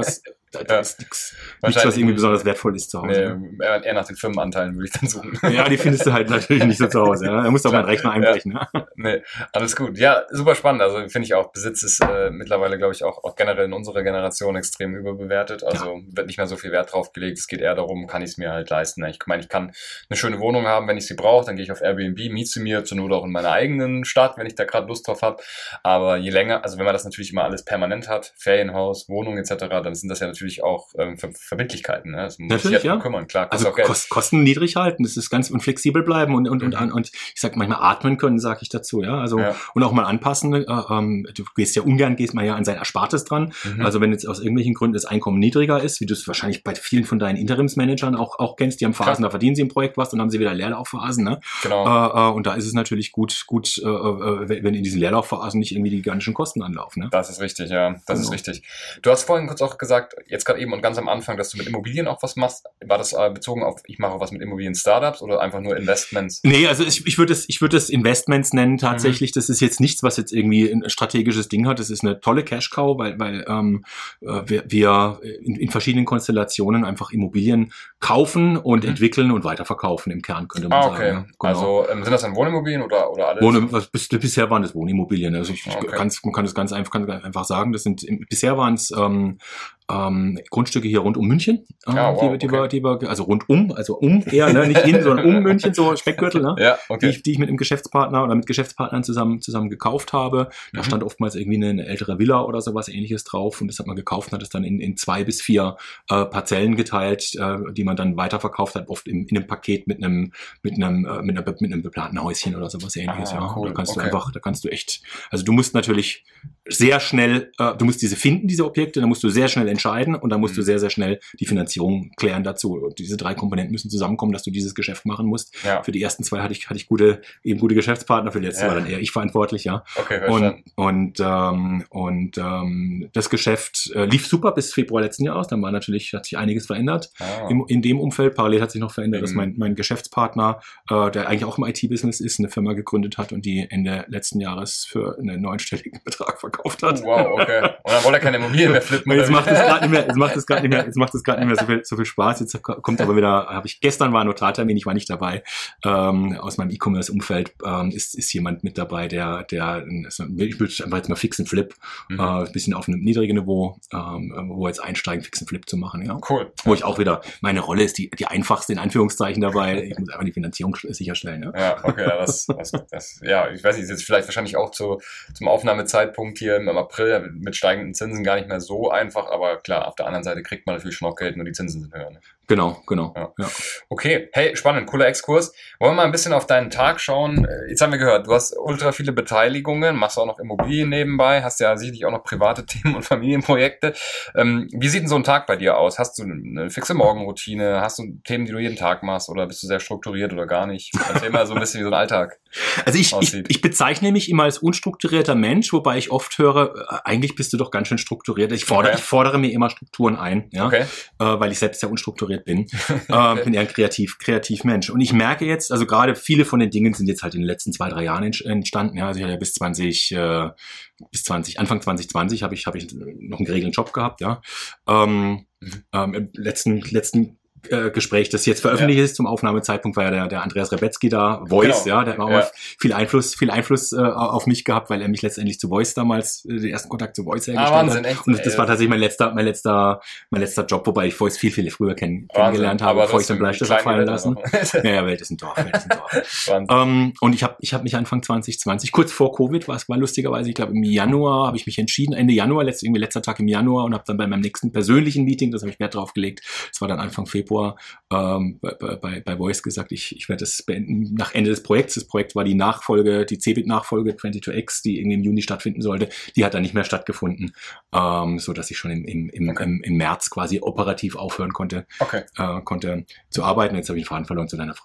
Da, da ja. ist nichts, nichts, was irgendwie besonders wertvoll ist zu Hause. Nee, eher, eher nach den Firmenanteilen würde ich dann suchen. Ja, die findest du halt natürlich nicht so zu Hause. Ja. Da musst du auch mal einen Rechner einbrechen. Ja. Ja. Nee, alles gut. Ja, super spannend. Also finde ich auch, Besitz ist äh, mittlerweile, glaube ich, auch, auch generell in unserer Generation extrem überbewertet. Also ja. wird nicht mehr so viel Wert drauf gelegt. Es geht eher darum, kann ich es mir halt leisten. Ich meine, ich kann eine schöne Wohnung haben, wenn ich sie brauche. Dann gehe ich auf Airbnb, miete sie mir zur Not auch in meiner eigenen Stadt, wenn ich da gerade Lust drauf habe. Aber je länger, also wenn man das natürlich immer alles permanent hat, Ferienhaus, Wohnung et cetera, dann sind das ja natürlich auch ähm, Ver- Verbindlichkeiten. Ne? Das muss natürlich, sich ja. kümmern. Klar, also auch Geld. Kost, Kosten niedrig halten, das ist ganz und flexibel bleiben und und, mhm. und und ich sag manchmal atmen können, sage ich dazu, ja. Also ja. und auch mal anpassen. Äh, ähm, du gehst ja ungern, gehst mal ja an sein Erspartes dran. Mhm. Also wenn jetzt aus irgendwelchen Gründen das Einkommen niedriger ist, wie du es wahrscheinlich bei vielen von deinen Interimsmanagern auch auch kennst, die haben Phasen, Klar. da verdienen sie im Projekt was, dann haben sie wieder Leerlaufphasen, ne? Genau. Äh, äh, und da ist es natürlich gut, gut, äh, wenn in diesen Leerlaufphasen nicht irgendwie die gigantischen Kosten anlaufen, ne? Das ist richtig, ja, das genau. ist richtig. Du hast vorhin kurz auch gesagt, jetzt gerade eben und ganz am Anfang, dass du mit Immobilien auch was machst. War das äh, bezogen auf, ich mache was mit Immobilien-Startups oder einfach nur Investments? Nee, also ich, ich würde es, ich würde es Investments nennen tatsächlich. Mhm. Das ist jetzt nichts, was jetzt irgendwie ein strategisches Ding hat. Das ist eine tolle Cash-Cow, weil, weil ähm, wir, wir in, in verschiedenen Konstellationen einfach Immobilien kaufen und mhm. entwickeln und weiterverkaufen im Kern, könnte man ah, sagen. Okay. Ja, genau. Also ähm, sind das dann Wohnimmobilien oder, oder alles? Wohn, was, bis, bisher waren es Wohnimmobilien. Also ich, okay. ich kann's, man kann es ganz einfach, kann einfach sagen, das sind bisher waren es ähm, ähm, Grundstücke hier rund um München, äh, ja, wow, die, die, okay. die, die wir, also rund um, also um eher, ne, nicht in, sondern um München, so Speckgürtel, ne, ja, okay. die, ich, die ich mit einem Geschäftspartner oder mit Geschäftspartnern zusammen zusammen gekauft habe. Da mhm. stand oftmals irgendwie eine, eine ältere Villa oder sowas Ähnliches drauf und das hat man gekauft und hat es dann in, in zwei bis vier äh, Parzellen geteilt, äh, die man dann weiterverkauft hat, oft im, in einem Paket mit einem mit einem äh, mit, einer, mit einem beplanten Häuschen oder sowas Ähnliches. Ah, ja, cool. Da kannst okay. du einfach, da kannst du echt, also du musst natürlich sehr schnell, äh, du musst diese finden, diese Objekte, dann musst du sehr schnell entscheiden und dann musst mhm. du sehr, sehr schnell die Finanzierung klären dazu. Und diese drei Komponenten müssen zusammenkommen, dass du dieses Geschäft machen musst. Ja. Für die ersten zwei hatte ich, hatte ich gute, eben gute Geschäftspartner, für die letzte ja. war dann eher ich verantwortlich, ja. Okay, und und, ähm, und ähm, das Geschäft äh, lief super bis Februar letzten Jahres, dann war natürlich, hat sich einiges verändert. Ah. Im, in dem Umfeld, parallel hat sich noch verändert, mhm. dass mein, mein Geschäftspartner, äh, der eigentlich auch im I T-Business ist, eine Firma gegründet hat und die Ende letzten Jahres für einen neunstelligen Betrag verkauft hat. Oh, wow, okay. Und dann wollte er keine Immobilien mehr flippen. Jetzt macht es gerade nicht mehr, jetzt macht es gerade nicht mehr, jetzt macht es gerade nicht mehr so viel, so viel Spaß. Jetzt kommt aber wieder, habe ich, gestern war ein Notartermin, ich war nicht dabei, ähm, aus meinem E-Commerce-Umfeld, ähm, ist, ist jemand mit dabei, der, der, ich würde einfach jetzt mal Fix and Flip, mhm. äh, ein bisschen auf einem niedrigen Niveau, ähm, wo wir jetzt einsteigen, Fix and Flip zu machen, ja. Cool. Wo ich auch wieder, meine Rolle ist die, die einfachste, in Anführungszeichen dabei, ich muss einfach die Finanzierung sicherstellen, ja. Ja, okay, ja, das, das, das, ja, ich weiß nicht, ist jetzt vielleicht wahrscheinlich auch zu, zum Aufnahmezeitpunkt hier im April mit steigenden Zinsen gar nicht mehr so einfach, aber klar, auf der anderen Seite kriegt man natürlich schon auch Geld, nur die Zinsen sind höher. Ne? Genau, genau. Ja. Ja. Okay, hey, spannend, cooler Exkurs. Wollen wir mal ein bisschen auf deinen Tag schauen? Jetzt haben wir gehört, du hast ultra viele Beteiligungen, machst auch noch Immobilien nebenbei, hast ja sicherlich auch noch private Themen und Familienprojekte. Ähm, wie sieht denn so ein Tag bei dir aus? Hast du eine fixe Morgenroutine? Hast du Themen, die du jeden Tag machst oder bist du sehr strukturiert oder gar nicht? Erzähl mal so ein bisschen, wie so ein Alltag Also ich, ich, ich bezeichne mich immer als unstrukturierter Mensch, wobei ich oft höre, eigentlich bist du doch ganz schön strukturiert. Ich fordere, okay. ich fordere mir immer Strukturen ein, ja, okay. äh, weil ich selbst sehr unstrukturiert bin. äh, bin eher ein kreativ, kreativ Mensch. Und ich merke jetzt, also gerade viele von den Dingen sind jetzt halt in den letzten zwei, drei Jahren entstanden. Ja, also ich hatte ja bis zwanzig, äh, bis zwanzig, Anfang zwanzig zwanzig habe ich, habe ich noch einen geregelten Job gehabt, ja. Ähm, mhm. ähm, im letzten, letzten Äh, Gespräch, das jetzt veröffentlicht ja. ist zum Aufnahmezeitpunkt, war ja der, der Andreas Rebetzky da, Voice, genau. ja, der hat auch ja. viel Einfluss, viel Einfluss äh, auf mich gehabt, weil er mich letztendlich zu Voice damals, äh, den ersten Kontakt zu Voice hergestellt ah, Wahnsinn, hat. Echt, und das ey, war tatsächlich mein letzter, mein letzter, mein letzter Job, wobei ich Voice viel, viel früher kenn, kennengelernt habe, bevor ich dann Bleistift fallen lassen. ja, ja, Welt ist ein Dorf, Welt ist ein Dorf. ähm, und ich habe ich hab mich Anfang zwanzig zwanzig, kurz vor Covid, war es war lustigerweise, ich glaube im Januar habe ich mich entschieden, Ende Januar, letzt, irgendwie letzter Tag im Januar und habe dann bei meinem nächsten persönlichen Meeting, das habe ich Wert drauf gelegt, das war dann Anfang Februar, äh, Bei, bei, bei Voice gesagt, ich, ich werde das beenden nach Ende des Projekts. Das Projekt war die Nachfolge, die Cebit-Nachfolge zweiundzwanzig X, die irgendwie im Juni stattfinden sollte. Die hat dann nicht mehr stattgefunden, ähm, so dass ich schon im, im, im, okay. im, im März quasi operativ aufhören konnte, okay. äh, konnte zu arbeiten. Jetzt habe ich den Faden verloren zu deiner Frage.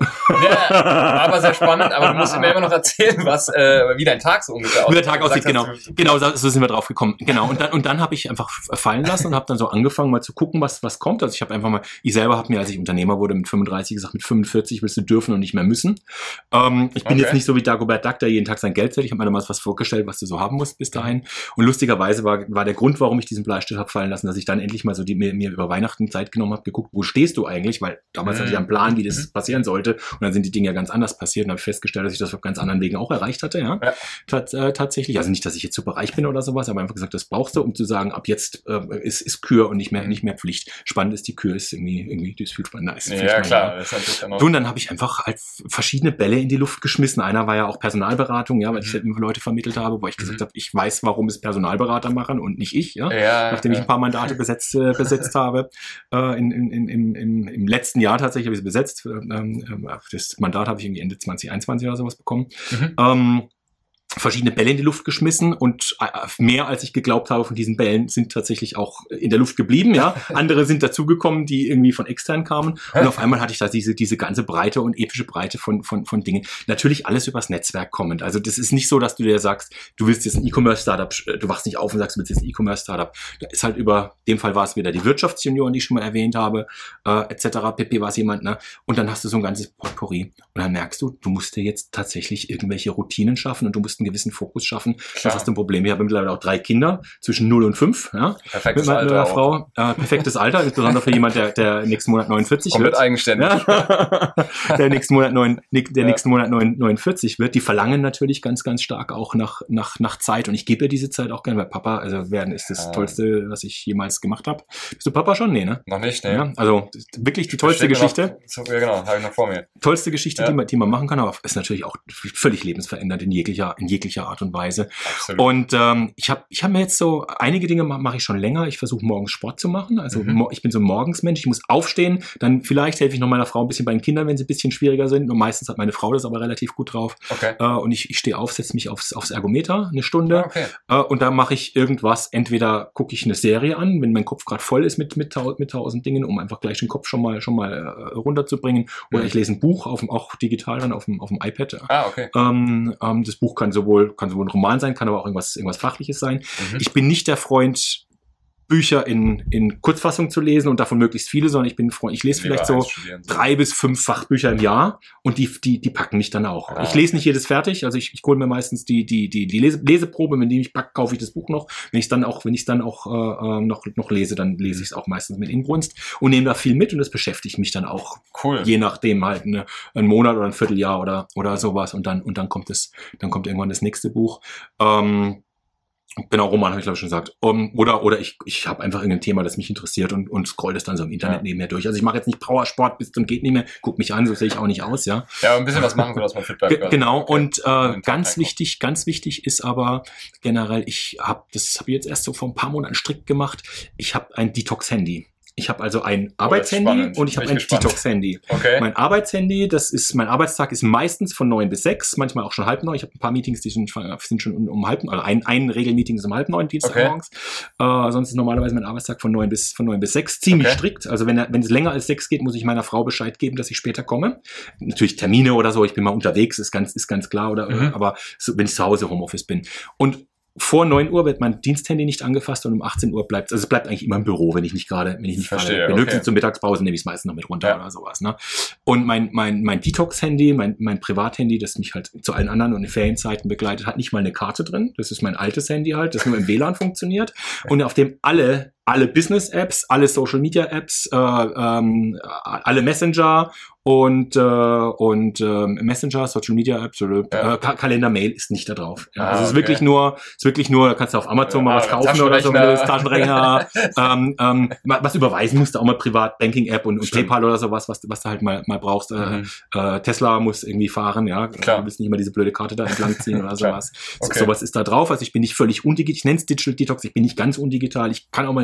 Ja, aber sehr spannend, aber du musst mir immer noch erzählen, was, äh, wie dein Tag so ungefähr aussieht. Wie der Tag aussieht, genau. Genau, so sind wir drauf gekommen. Genau, und dann, und dann habe ich einfach fallen lassen und habe dann so angefangen, mal zu gucken, was, was kommt. Also ich habe einfach mal, ich selber habe mir, als ich Unternehmer wurde, mit fünfunddreißig gesagt, mit fünfundvierzig willst du dürfen und nicht mehr müssen. Ähm, ich bin okay. jetzt nicht so wie Dagobert Duck, der jeden Tag sein Geld zählt. Ich habe mir damals was vorgestellt, was du so haben musst bis dahin. Und lustigerweise war, war der Grund, warum ich diesen Bleistift habe fallen lassen, dass ich dann endlich mal so die, mir, mir über Weihnachten Zeit genommen habe, geguckt, wo stehst du eigentlich? Weil damals mhm. hatte ich einen Plan, wie das passieren sollte. Und dann sind die Dinge ja ganz anders passiert und habe festgestellt, dass ich das auf ganz anderen Wegen auch erreicht hatte. Ja, ja. Tat, äh, tatsächlich. Also nicht, dass ich jetzt super reich bin oder sowas, aber einfach gesagt, das brauchst du, um zu sagen, ab jetzt äh, ist, ist Kür und nicht mehr, nicht mehr Pflicht. Spannend ist, die Kür ist irgendwie, irgendwie, die ist viel spannender. Ist ja, viel ja spannender. klar. Das ist natürlich so, und dann habe ich einfach halt verschiedene Bälle in die Luft geschmissen. Einer war ja auch Personalberatung, ja, weil mhm. ich halt immer Leute vermittelt habe, wo ich gesagt mhm. habe, ich weiß, warum es Personalberater machen und nicht ich, ja. ja Nachdem ja. ich ein paar Mandate besetzt, äh, besetzt habe. Äh, in, in, in, im, im, Im letzten Jahr tatsächlich habe ich es besetzt. Ähm, das Mandat habe ich irgendwie Ende zwanzig einundzwanzig oder sowas bekommen. Mhm. Ähm, verschiedene Bälle in die Luft geschmissen und mehr als ich geglaubt habe von diesen Bällen sind tatsächlich auch in der Luft geblieben, ja. Andere sind dazugekommen, die irgendwie von extern kamen und auf einmal hatte ich da diese diese ganze Breite und epische Breite von von von Dingen. Natürlich alles übers Netzwerk kommend. Also das ist nicht so, dass du dir sagst, du willst jetzt ein E-Commerce-Startup, du wachst nicht auf und sagst, du willst jetzt ein E-Commerce-Startup. Da ist halt über, in dem Fall war es wieder die Wirtschaftsjunioren, die ich schon mal erwähnt habe, äh, et cetera. Pp. War es jemand, ne? Und dann hast du so ein ganzes Potpourri und dann merkst du, du musst dir jetzt tatsächlich irgendwelche Routinen schaffen und du musst einen gewissen Fokus schaffen. Klar. Das hast du ein Problem. Ich habe mittlerweile auch drei Kinder zwischen null und fünf. Ja, perfektes mit meiner Alter Frau. Äh, perfektes Alter, insbesondere für jemand, der, der nächsten Monat neunundvierzig Komplett wird. eigenständig. Ja. der nächsten Monat, neun, der ja. nächsten Monat neun, neunundvierzig wird. Die verlangen natürlich ganz, ganz stark auch nach, nach, nach Zeit. Und ich gebe ihr diese Zeit auch gerne, weil Papa, also werden ist das ah. Tollste, was ich jemals gemacht habe. Bist du Papa schon? Nee, ne? Noch nicht, ne? Ja, also wirklich die tollste Geschichte. Noch, ja, genau, habe ich noch vor mir. Tollste Geschichte, ja. die, man, die man machen kann, aber ist natürlich auch völlig lebensverändernd in jeglicher, in jeglicher Art und Weise. Absolut. Und ähm, ich habe ich hab mir jetzt so, einige Dinge mache mach ich schon länger. Ich versuche morgens Sport zu machen. Also mhm. ich bin so ein Morgensmensch. Ich muss aufstehen. Dann vielleicht helfe ich noch meiner Frau ein bisschen bei den Kindern, wenn sie ein bisschen schwieriger sind. Und meistens hat meine Frau das aber relativ gut drauf. Okay. Äh, und ich, ich stehe auf, setze mich aufs, aufs Ergometer eine Stunde. Okay. Äh, und da mache ich irgendwas. Entweder gucke ich eine Serie an, wenn mein Kopf gerade voll ist mit, mit, mit tausend Dingen, um einfach gleich den Kopf schon mal, schon mal äh, runterzubringen. Oder mhm. ich lese ein Buch, auf dem, auch digital dann auf dem, auf dem iPad. Ah, okay. Ähm, ähm, das Buch kann sowohl, kann sowohl ein Roman sein, kann aber auch irgendwas, irgendwas Fachliches sein. Mhm. Ich bin nicht der Freund, Bücher in, in Kurzfassung zu lesen und davon möglichst viele, sondern ich bin Freund, ich lese vielleicht so drei bis fünf Fachbücher im Jahr und die, die, die packen mich dann auch. Ah, ich lese nicht jedes fertig, also ich, ich hole mir meistens die, die, die, die Lese, Leseprobe, mit dem ich packe, kaufe ich das Buch noch. Wenn ich es dann auch, wenn ich es dann auch äh, noch, noch lese, dann lese ich es auch meistens mit Inbrunst und nehme da viel mit und das beschäftigt mich dann auch. Cool. Je nachdem halt eine, ein Monat oder ein Vierteljahr oder, oder sowas und dann, und dann kommt es, dann kommt irgendwann das nächste Buch. Ähm, Genau, Roman habe ich glaube ich schon gesagt. Um, oder oder ich ich habe einfach irgendein Thema, das mich interessiert und und scroll das dann so im Internet ja. nebenher durch. Also ich mache jetzt nicht Powersport bis zum geht nicht mehr. Guck mich an, so sehe ich auch nicht aus, ja. Ja, ein bisschen was machen, sodass man fit bleibt. G- genau okay. Und äh, ganz wichtig, ganz wichtig ist aber generell, ich habe das habe ich jetzt erst so vor ein paar Monaten strikt gemacht. Ich habe ein Detox-Handy. Ich habe also ein Arbeitshandy oh, und ich habe ein Detox-Handy. Okay. Mein Arbeitshandy, das ist, mein Arbeitstag ist meistens von neun bis sechs, manchmal auch schon halb neun. Ich habe ein paar Meetings, die sind, sind schon um, um halb neun, also ein, ein Regelmeeting ist um halb neun, Dienstagmorgens. Okay. Äh, sonst ist normalerweise mein Arbeitstag von neun bis, von neun bis sechs. Ziemlich okay. strikt. Also wenn, wenn es länger als sechs geht, muss ich meiner Frau Bescheid geben, dass ich später komme. Natürlich Termine oder so, ich bin mal unterwegs, ist ganz, ist ganz klar, oder, mhm. aber so, wenn ich zu Hause Homeoffice bin. Und vor neun Uhr wird mein Diensthandy nicht angefasst und um achtzehn Uhr bleibt also es bleibt eigentlich immer im Büro, wenn ich nicht gerade, wenn ich nicht Verstehe, gerade benötige. Okay. Zur Mittagspause nehme ich es meistens noch mit runter ja. oder sowas. Ne? Und mein mein mein Detox-Handy, mein mein Privathandy, das mich halt zu allen anderen und in Ferienzeiten begleitet, hat nicht mal eine Karte drin. Das ist mein altes Handy halt, das nur im W L A N funktioniert und auf dem alle alle Business-Apps, alle Social-Media-Apps, äh, ähm, alle Messenger und äh, und äh, Messenger, Social-Media-Apps oder ja. äh, Ka- Kalender-Mail ist nicht da drauf. Ja, ah, also es ist okay. wirklich nur, ist wirklich nur, da kannst du auf Amazon ja, mal was kaufen oder so, das Taschenrechner, ähm, ähm, was überweisen musst du auch mal privat, Banking-App und, und PayPal oder sowas, was, was du halt mal mal brauchst. Mhm. Äh, Tesla muss irgendwie fahren, ja, Klar. du willst nicht immer diese blöde Karte da entlang ziehen oder sowas. Okay. So, sowas ist da drauf. Also ich bin nicht völlig undigital, ich nenne es Digital Detox, ich bin nicht ganz undigital, ich kann auch mal ein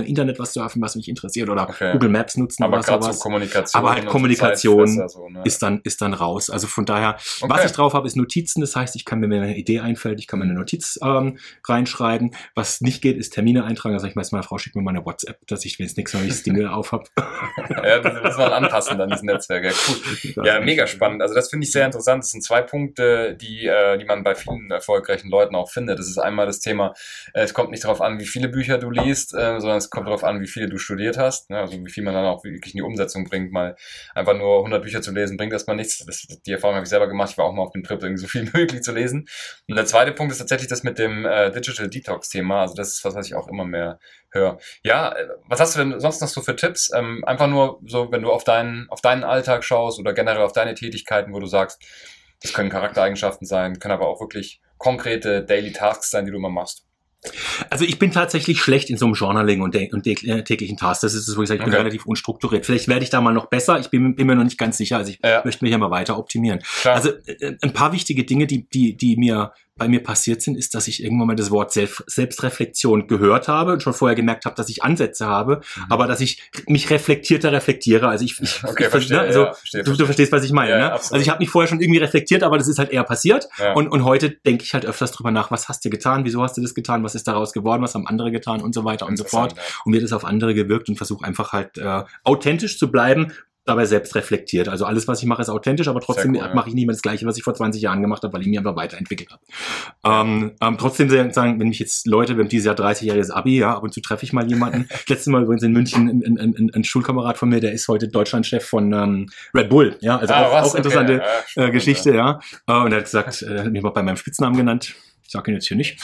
Internet was surfen, was mich interessiert oder okay. Google Maps nutzen aber oder sowas. So Kommunikation aber halt Kommunikation so, ne? ist dann ist dann raus. Also von daher, okay. was ich drauf habe, ist Notizen. Das heißt, ich kann mir, wenn mir eine Idee einfällt, ich kann mir eine Notiz ähm, reinschreiben. Was nicht geht, ist Termine eintragen. Da sage ich meist meine Frau, schickt mir mal eine WhatsApp, dass ich, wenn es nichts neues Ding auf habe. Ja, das muss man anpassen an dieses Netzwerk. Ja, cool. Ja, mega spannend. Also das finde ich sehr interessant. Das sind zwei Punkte, die, äh, die man bei vielen erfolgreichen Leuten auch findet. Das ist einmal das Thema, äh, es kommt nicht darauf an, wie viele Bücher du liest, äh, sondern es kommt darauf an, wie viele du studiert hast. Ne? Also wie viel man dann auch wirklich in die Umsetzung bringt. Mal einfach nur hundert Bücher zu lesen, bringt erstmal nichts. Das, die Erfahrung habe ich selber gemacht. Ich war auch mal auf dem Trip, irgendwie so viel möglich zu lesen. Und der zweite Punkt ist tatsächlich das mit dem äh, Digital Detox-Thema. Also das ist was, was ich auch immer mehr höre. Ja, was hast du denn sonst noch so für Tipps? Ähm, einfach nur so, wenn du auf deinen, auf deinen Alltag schaust oder generell auf deine Tätigkeiten, wo du sagst, das können Charaktereigenschaften sein, können aber auch wirklich konkrete Daily Tasks sein, die du immer machst. Also ich bin tatsächlich schlecht in so einem Journaling und, und äh, täglichen Tasks. Das ist es, wo ich sage, ich bin okay. relativ unstrukturiert. Vielleicht werde ich da mal noch besser. Ich bin, bin mir noch nicht ganz sicher. Also ich ja. möchte mich ja mal weiter optimieren. Klar. Also äh, ein paar wichtige Dinge, die, die, die mir bei mir passiert sind, ist, dass ich irgendwann mal das Wort Selbst, Selbstreflexion gehört habe und schon vorher gemerkt habe, dass ich Ansätze habe, mhm. aber dass ich mich reflektierter reflektiere. Also ich, ich, okay, ich verstehe, ne? also ja, verstehe, du, du verstehst, was ich meine. Ja, ne? Also ich habe mich vorher schon irgendwie reflektiert, aber das ist halt eher passiert. Ja. Und, und heute denke ich halt öfters drüber nach, was hast du getan, wieso hast du das getan, was ist daraus geworden, was haben andere getan und so weiter und so fort. Ja. Und mir das auf andere gewirkt und versuche einfach halt äh, authentisch zu bleiben, dabei selbst reflektiert. Also alles, was ich mache, ist authentisch, aber trotzdem cool, ja. mache ich nicht mehr das Gleiche, was ich vor zwanzig Jahren gemacht habe, weil ich mich einfach weiterentwickelt habe. Ähm, ähm, trotzdem sagen, wenn mich jetzt Leute, wir haben dieses Jahr dreißigjähriges Abi, ja, ab und zu treffe ich mal jemanden. Letztes Mal übrigens in München ein, ein, ein, ein Schulkamerad von mir, der ist heute Deutschlandchef von ähm, Red Bull, ja, also ah, auch, was? auch interessante okay. ja, äh, Geschichte, ja. ja. Und er hat gesagt, er hat mich mal bei meinem Spitznamen genannt. Ich sage ihn jetzt hier nicht.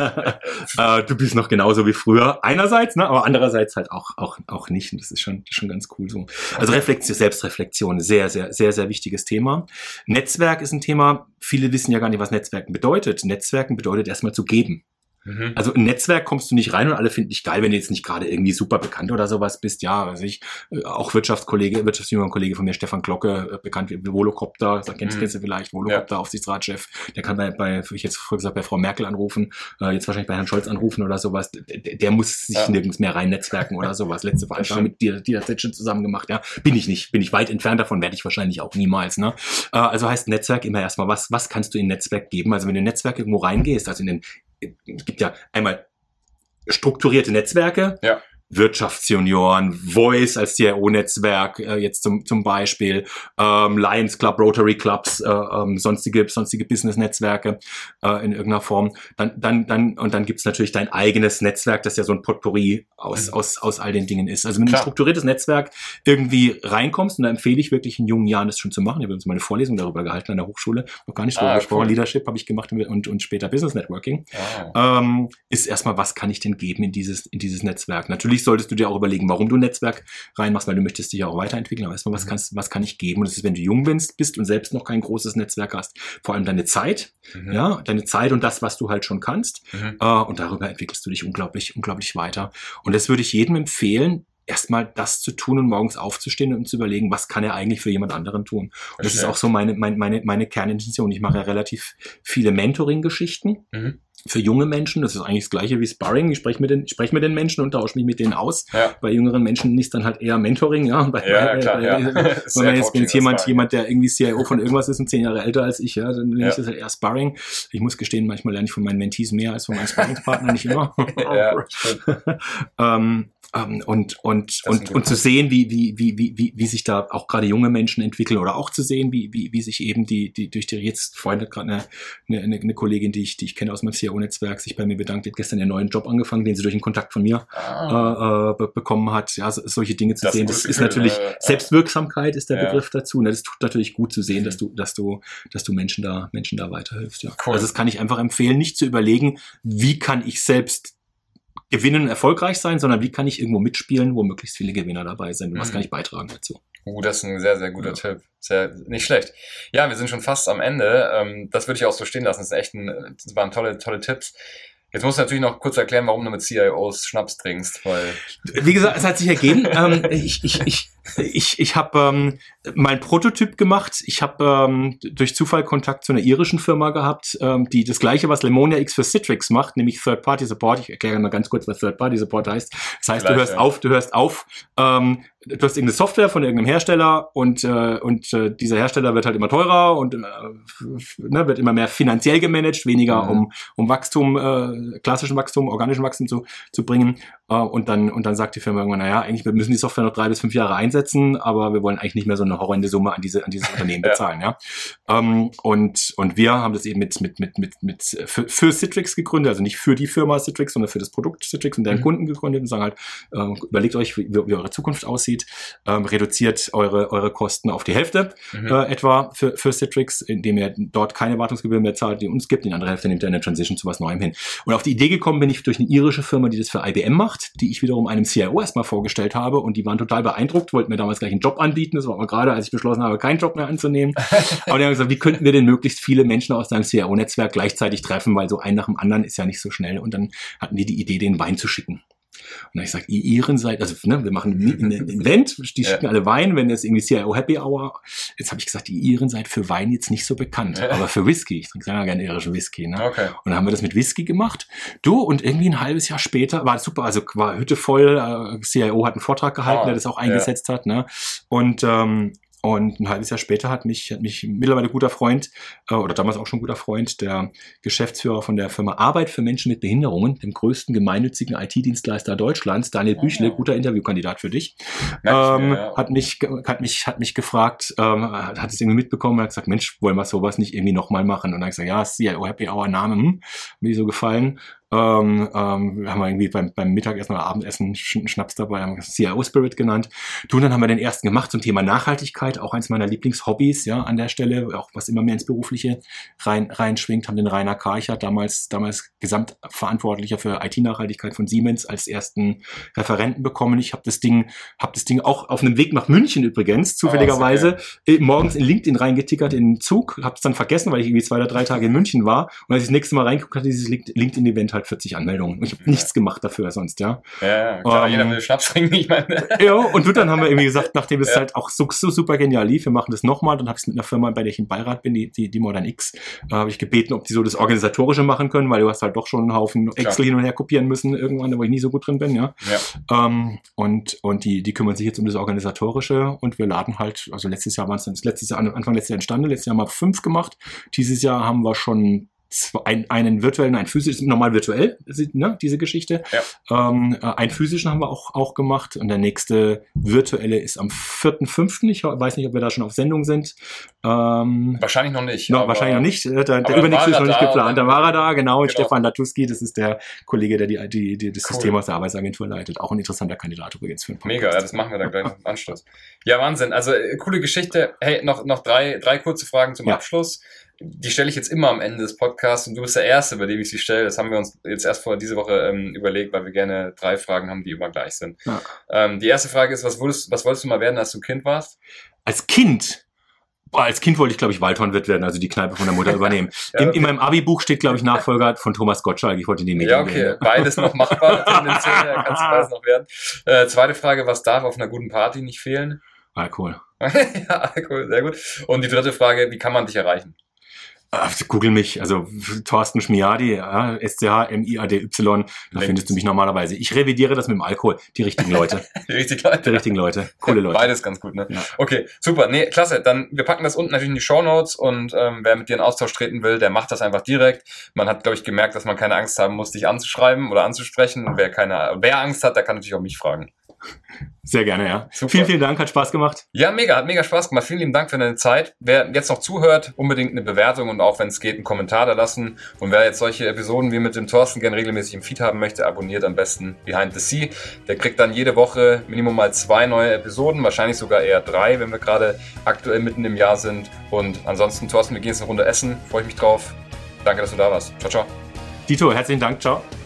äh, du bist noch genauso wie früher. Einerseits, ne, aber andererseits halt auch auch auch nicht. Und das ist schon schon ganz cool so. Also Reflexion, Selbstreflexion, sehr sehr sehr sehr wichtiges Thema. Netzwerk ist ein Thema. Viele wissen ja gar nicht, was Netzwerken bedeutet. Netzwerken bedeutet erstmal zu geben. Mhm. Also ein Netzwerk kommst du nicht rein und alle finden dich geil, wenn du jetzt nicht gerade irgendwie super bekannt oder sowas bist. Ja, weiß ich, auch Wirtschaftskollege, Wirtschaftsjuniorenkollege von mir, Stefan Glocke, bekannt wie Volocopter, da kennst, mhm. kennst du vielleicht, Volocopter, ja. Aufsichtsratschef, der kann bei, bei ich jetzt vorher gesagt, bei Frau Merkel anrufen, äh, jetzt wahrscheinlich bei Herrn Scholz anrufen oder sowas. Der, der muss sich ja. nirgends mehr rein netzwerken oder sowas. Letzte Veranstaltung mit dir, die hat jetzt schon zusammen gemacht, ja. Bin ich nicht, bin ich weit entfernt davon, werde ich wahrscheinlich auch niemals, ne. Äh, also heißt Netzwerk immer erstmal, was, was kannst du in Netzwerk geben? Also wenn du in Netzwerk irgendwo reingehst, also in den es gibt ja einmal strukturierte Netzwerke, ja. Wirtschaftsjunioren, Voice als C I O-Netzwerk, äh, jetzt zum zum Beispiel, ähm, Lions Club, Rotary Clubs, äh, ähm, sonstige sonstige Business-Netzwerke äh, in irgendeiner Form. Dann dann dann und dann gibt's natürlich dein eigenes Netzwerk, das ja so ein Potpourri aus mhm. aus aus all den Dingen ist. Also wenn du in ein strukturiertes Netzwerk irgendwie reinkommst, und da empfehle ich wirklich in jungen Jahren das schon zu machen. Ich habe uns meine Vorlesung darüber gehalten an der Hochschule, noch gar nicht drüber ah, gesprochen. Cool. Leadership habe ich gemacht und und später Business Networking. Ah. Ähm, ist erstmal, was kann ich denn geben in dieses in dieses Netzwerk? Natürlich solltest du dir auch überlegen, warum du ein Netzwerk reinmachst, weil du möchtest dich ja auch weiterentwickeln. Aber erstmal, was kannst, was kann ich geben? Und das ist, wenn du jung bist, bist und selbst noch kein großes Netzwerk hast, vor allem deine Zeit, mhm. ja, deine Zeit und das, was du halt schon kannst. Mhm. Äh, und darüber entwickelst du dich unglaublich, unglaublich weiter. Und das würde ich jedem empfehlen, erstmal das zu tun und morgens aufzustehen und zu überlegen, was kann er eigentlich für jemand anderen tun. Und das ist auch so meine, meine, meine, meine Kernintention. Ich mache ja relativ viele Mentoring-Geschichten. Mhm. Für junge Menschen, das ist eigentlich das Gleiche wie Sparring. Ich spreche mit den, ich spreche mit den Menschen und tausche mich mit denen aus. Ja. Bei jüngeren Menschen ist dann halt eher Mentoring, ja. Bei, ja, bei, klar, bei, ja. Wenn jetzt, wenn jetzt jemand, jemand, der irgendwie C I O von irgendwas ist und zehn Jahre älter als ich, ja, dann ja. ist das halt eher Sparring. Ich muss gestehen, manchmal lerne ich von meinen Mentees mehr als von meinen Sparringspartnern, nicht immer. ja, ähm, ähm, und, und, und, und zu sehen, wie, wie, wie, wie, wie, wie sich da auch gerade junge Menschen entwickeln oder auch zu sehen, wie, wie, wie sich eben die, die, durch die, jetzt vorhin hat gerade eine, eine, eine Kollegin, die ich, die ich kenne aus meinem C I O-Netzwerk, sich bei mir bedankt, hat gestern einen neuen Job angefangen, den sie durch einen Kontakt von mir ah. äh, be- bekommen hat. Ja, so, solche Dinge zu das sehen, das ist Gefühl, natürlich, äh, Selbstwirksamkeit ist der ja. Begriff dazu. Ne? Das tut natürlich gut zu sehen, mhm. dass du, dass du, dass du Menschen da, Menschen da weiterhilfst. Ja. Cool. Also das kann ich einfach empfehlen, nicht zu überlegen, wie kann ich selbst gewinnen und erfolgreich sein, sondern wie kann ich irgendwo mitspielen, wo möglichst viele Gewinner dabei sind und mhm. was kann ich beitragen dazu. Uh, das ist ein sehr, sehr guter ja. Tipp. Sehr, nicht schlecht. Ja, wir sind schon fast am Ende. Ähm, das würde ich auch so stehen lassen. Das ist echt ein, das waren tolle, tolle Tipps. Jetzt musst du natürlich noch kurz erklären, warum du mit C I Os Schnaps trinkst, weil... Wie gesagt, es hat sich ergeben. ähm, ich, ich, ich, Ich, ich habe ähm, mein Prototyp gemacht. Ich habe ähm, durch Zufall Kontakt zu einer irischen Firma gehabt, ähm, die das Gleiche, was Lemonia X für Citrix macht, nämlich Third-Party-Support. Ich erkläre mal ganz kurz, was Third-Party-Support heißt. Das heißt, Gleich, du hörst ja. auf, du hörst auf, ähm, du hast irgendeine Software von irgendeinem Hersteller und äh, und äh, dieser Hersteller wird halt immer teurer und äh, ne, wird immer mehr finanziell gemanagt, weniger mhm. um um Wachstum, äh, klassischen Wachstum, organischen Wachstum zu zu bringen. Uh, und dann und dann sagt die Firma irgendwann, naja, eigentlich wir müssen die Software noch drei bis fünf Jahre einsetzen, aber wir wollen eigentlich nicht mehr so eine horrende Summe an diese an dieses Unternehmen bezahlen, ja. ja? Um, und und wir haben das eben mit mit mit mit mit für, für Citrix gegründet, also nicht für die Firma Citrix, sondern für das Produkt Citrix und deren mhm. Kunden gegründet und sagen halt, uh, überlegt euch, wie, wie eure Zukunft aussieht, um, reduziert eure eure Kosten auf die Hälfte mhm. uh, etwa für für Citrix, indem ihr dort keine Wartungsgebühren mehr zahlt, die uns gibt, die andere Hälfte nimmt ihr in der Transition zu was Neuem hin. Und auf die Idee gekommen bin ich durch eine irische Firma, die das für I B M macht, die ich wiederum einem C I O erstmal vorgestellt habe und die waren total beeindruckt, wollten mir damals gleich einen Job anbieten, das war aber gerade, als ich beschlossen habe, keinen Job mehr anzunehmen. Aber die haben gesagt, wie könnten wir denn möglichst viele Menschen aus deinem C I O-Netzwerk gleichzeitig treffen, weil so ein nach dem anderen ist ja nicht so schnell und dann hatten die die Idee, den Wein zu schicken. Und dann hab ich gesagt, ihr Iren seid, also ne, wir machen ein Event, die schicken ja. alle Wein, wenn das irgendwie C I O Happy Hour. Jetzt habe ich gesagt, ihr Iren seid für Wein jetzt nicht so bekannt, ja. aber für Whisky. Ich trinke sehr gerne irischen Whisky. Ne? Okay. Und dann haben wir das mit Whisky gemacht. Du, und irgendwie ein halbes Jahr später, war super, also war Hütte voll, äh, C I O hat einen Vortrag gehalten, oh, der das auch eingesetzt ja. hat. Ne? Und ähm, Und ein halbes Jahr später hat mich, hat mich mittlerweile guter Freund, äh, oder damals auch schon guter Freund, der Geschäftsführer von der Firma Arbeit für Menschen mit Behinderungen, dem größten gemeinnützigen I T-Dienstleister Deutschlands, Daniel oh, Büchle, ja. guter Interviewkandidat für dich, ähm, ja. hat mich, hat mich, hat mich gefragt, ähm, hat, hat es irgendwie mitbekommen, hat gesagt, Mensch, wollen wir sowas nicht irgendwie nochmal machen? Und dann habe ich gesagt, ja, C I O Happy Hour Name, hm, mir so gefallen. Ähm, ähm, wir haben irgendwie beim, beim Mittagessen oder Abendessen einen Schnaps dabei, haben wir das C I O Spirit genannt. Du, und dann haben wir den ersten gemacht zum Thema Nachhaltigkeit, auch eins meiner Lieblingshobbys, ja, an der Stelle, auch was immer mehr ins Berufliche rein, reinschwingt, haben den Rainer Karchert, damals, damals Gesamtverantwortlicher für I T-Nachhaltigkeit von Siemens, als ersten Referenten bekommen. Ich habe das Ding, habe das Ding auch auf einem Weg nach München übrigens, zufälligerweise, oh, okay. morgens in LinkedIn reingetickert in den Zug, habe es dann vergessen, weil ich irgendwie zwei oder drei Tage in München war. Und als ich das nächste Mal reingeguckt hatte, dieses LinkedIn-Event halt vierzig Anmeldungen. Ich habe ja. nichts gemacht dafür sonst, ja. Ja, klar, um, jeder will Schnaps trinken, ich meine. Ja, und du, dann haben wir irgendwie gesagt, nachdem es ja. halt auch so, so super genial lief, wir machen das nochmal, dann habe ich es mit einer Firma, bei der ich im Beirat bin, die, die, die Modern X, äh, habe ich gebeten, ob die so das Organisatorische machen können, weil du hast halt doch schon einen Haufen Excel klar. hin und her kopieren müssen irgendwann, wo ich nie so gut drin bin, ja. ja. Ähm, und und die, die kümmern sich jetzt um das Organisatorische und wir laden halt, also letztes Jahr waren es dann, letztes Jahr, Anfang letztes Jahr entstanden, letztes Jahr haben wir fünf gemacht, dieses Jahr haben wir schon Zwei, ein, einen virtuellen, einen physischen, normal virtuell, ne, diese Geschichte. Ja. Ähm, einen physischen haben wir auch, auch gemacht und der nächste virtuelle ist am vierten fünften Ich weiß nicht, ob wir da schon auf Sendung sind. Ähm, wahrscheinlich noch nicht. No, wahrscheinlich noch nicht. Der, der übernächste ist noch nicht geplant. Da war er da, genau. Und genau. Stefan Latuski, das ist der Kollege, der die, die, die, das cool. System aus der Arbeitsagentur leitet. Auch ein interessanter Kandidat übrigens für einen Podcast. Mega, ja, das machen wir dann gleich noch im Anschluss. Ja, Wahnsinn. Also, coole Geschichte. Hey, noch, noch drei, drei kurze Fragen zum ja. Abschluss. Die stelle ich jetzt immer am Ende des Podcasts und du bist der Erste, bei dem ich sie stelle. Das haben wir uns jetzt erst vor diese Woche ähm, überlegt, weil wir gerne drei Fragen haben, die immer gleich sind. Ja. Ähm, die erste Frage ist, was wolltest, was wolltest du mal werden, als du Kind warst? Als Kind? Boah, als Kind wollte ich, glaube ich, Waldhornwirt werden, also die Kneipe von der Mutter übernehmen. ja, okay. in, in meinem Abi-Buch steht, glaube ich, Nachfolger von Thomas Gottschalk. Ich wollte die Medien Ja, okay. Werden. Beides noch machbar. Tendenziell kannst du beides noch werden. Äh, zweite Frage, was darf auf einer guten Party nicht fehlen? Alkohol. ja, Alkohol, sehr gut. Und die dritte Frage, wie kann man dich erreichen? Google mich, also Thorsten Schmiadi, ja, S C H M I A D Y, da Links. Findest du mich normalerweise. Ich revidiere das mit dem Alkohol. Die richtigen Leute. Die richtigen Leute. Die richtigen Leute. Coole Leute. Beides ganz gut, ne? Ja. Okay, super. Nee, klasse. Dann, wir packen das unten natürlich in die Shownotes und ähm, wer mit dir in Austausch treten will, der macht das einfach direkt. Man hat, glaube ich, gemerkt, dass man keine Angst haben muss, dich anzuschreiben oder anzusprechen. Und wer keine, wer Angst hat, der kann natürlich auch mich fragen. Sehr gerne, ja. Super. Vielen, vielen Dank, hat Spaß gemacht. Ja, mega, hat mega Spaß gemacht. Vielen lieben Dank für deine Zeit. Wer jetzt noch zuhört, unbedingt eine Bewertung und auch, wenn es geht, einen Kommentar da lassen. Und wer jetzt solche Episoden wie mit dem Thorsten gerne regelmäßig im Feed haben möchte, abonniert am besten Behind the Sea. Der kriegt dann jede Woche Minimum mal zwei neue Episoden, wahrscheinlich sogar eher drei, wenn wir gerade aktuell mitten im Jahr sind. Und ansonsten, Thorsten, wir gehen jetzt eine Runde essen. Freue ich mich drauf. Danke, dass du da warst. Ciao, ciao. Dito, herzlichen Dank. Ciao.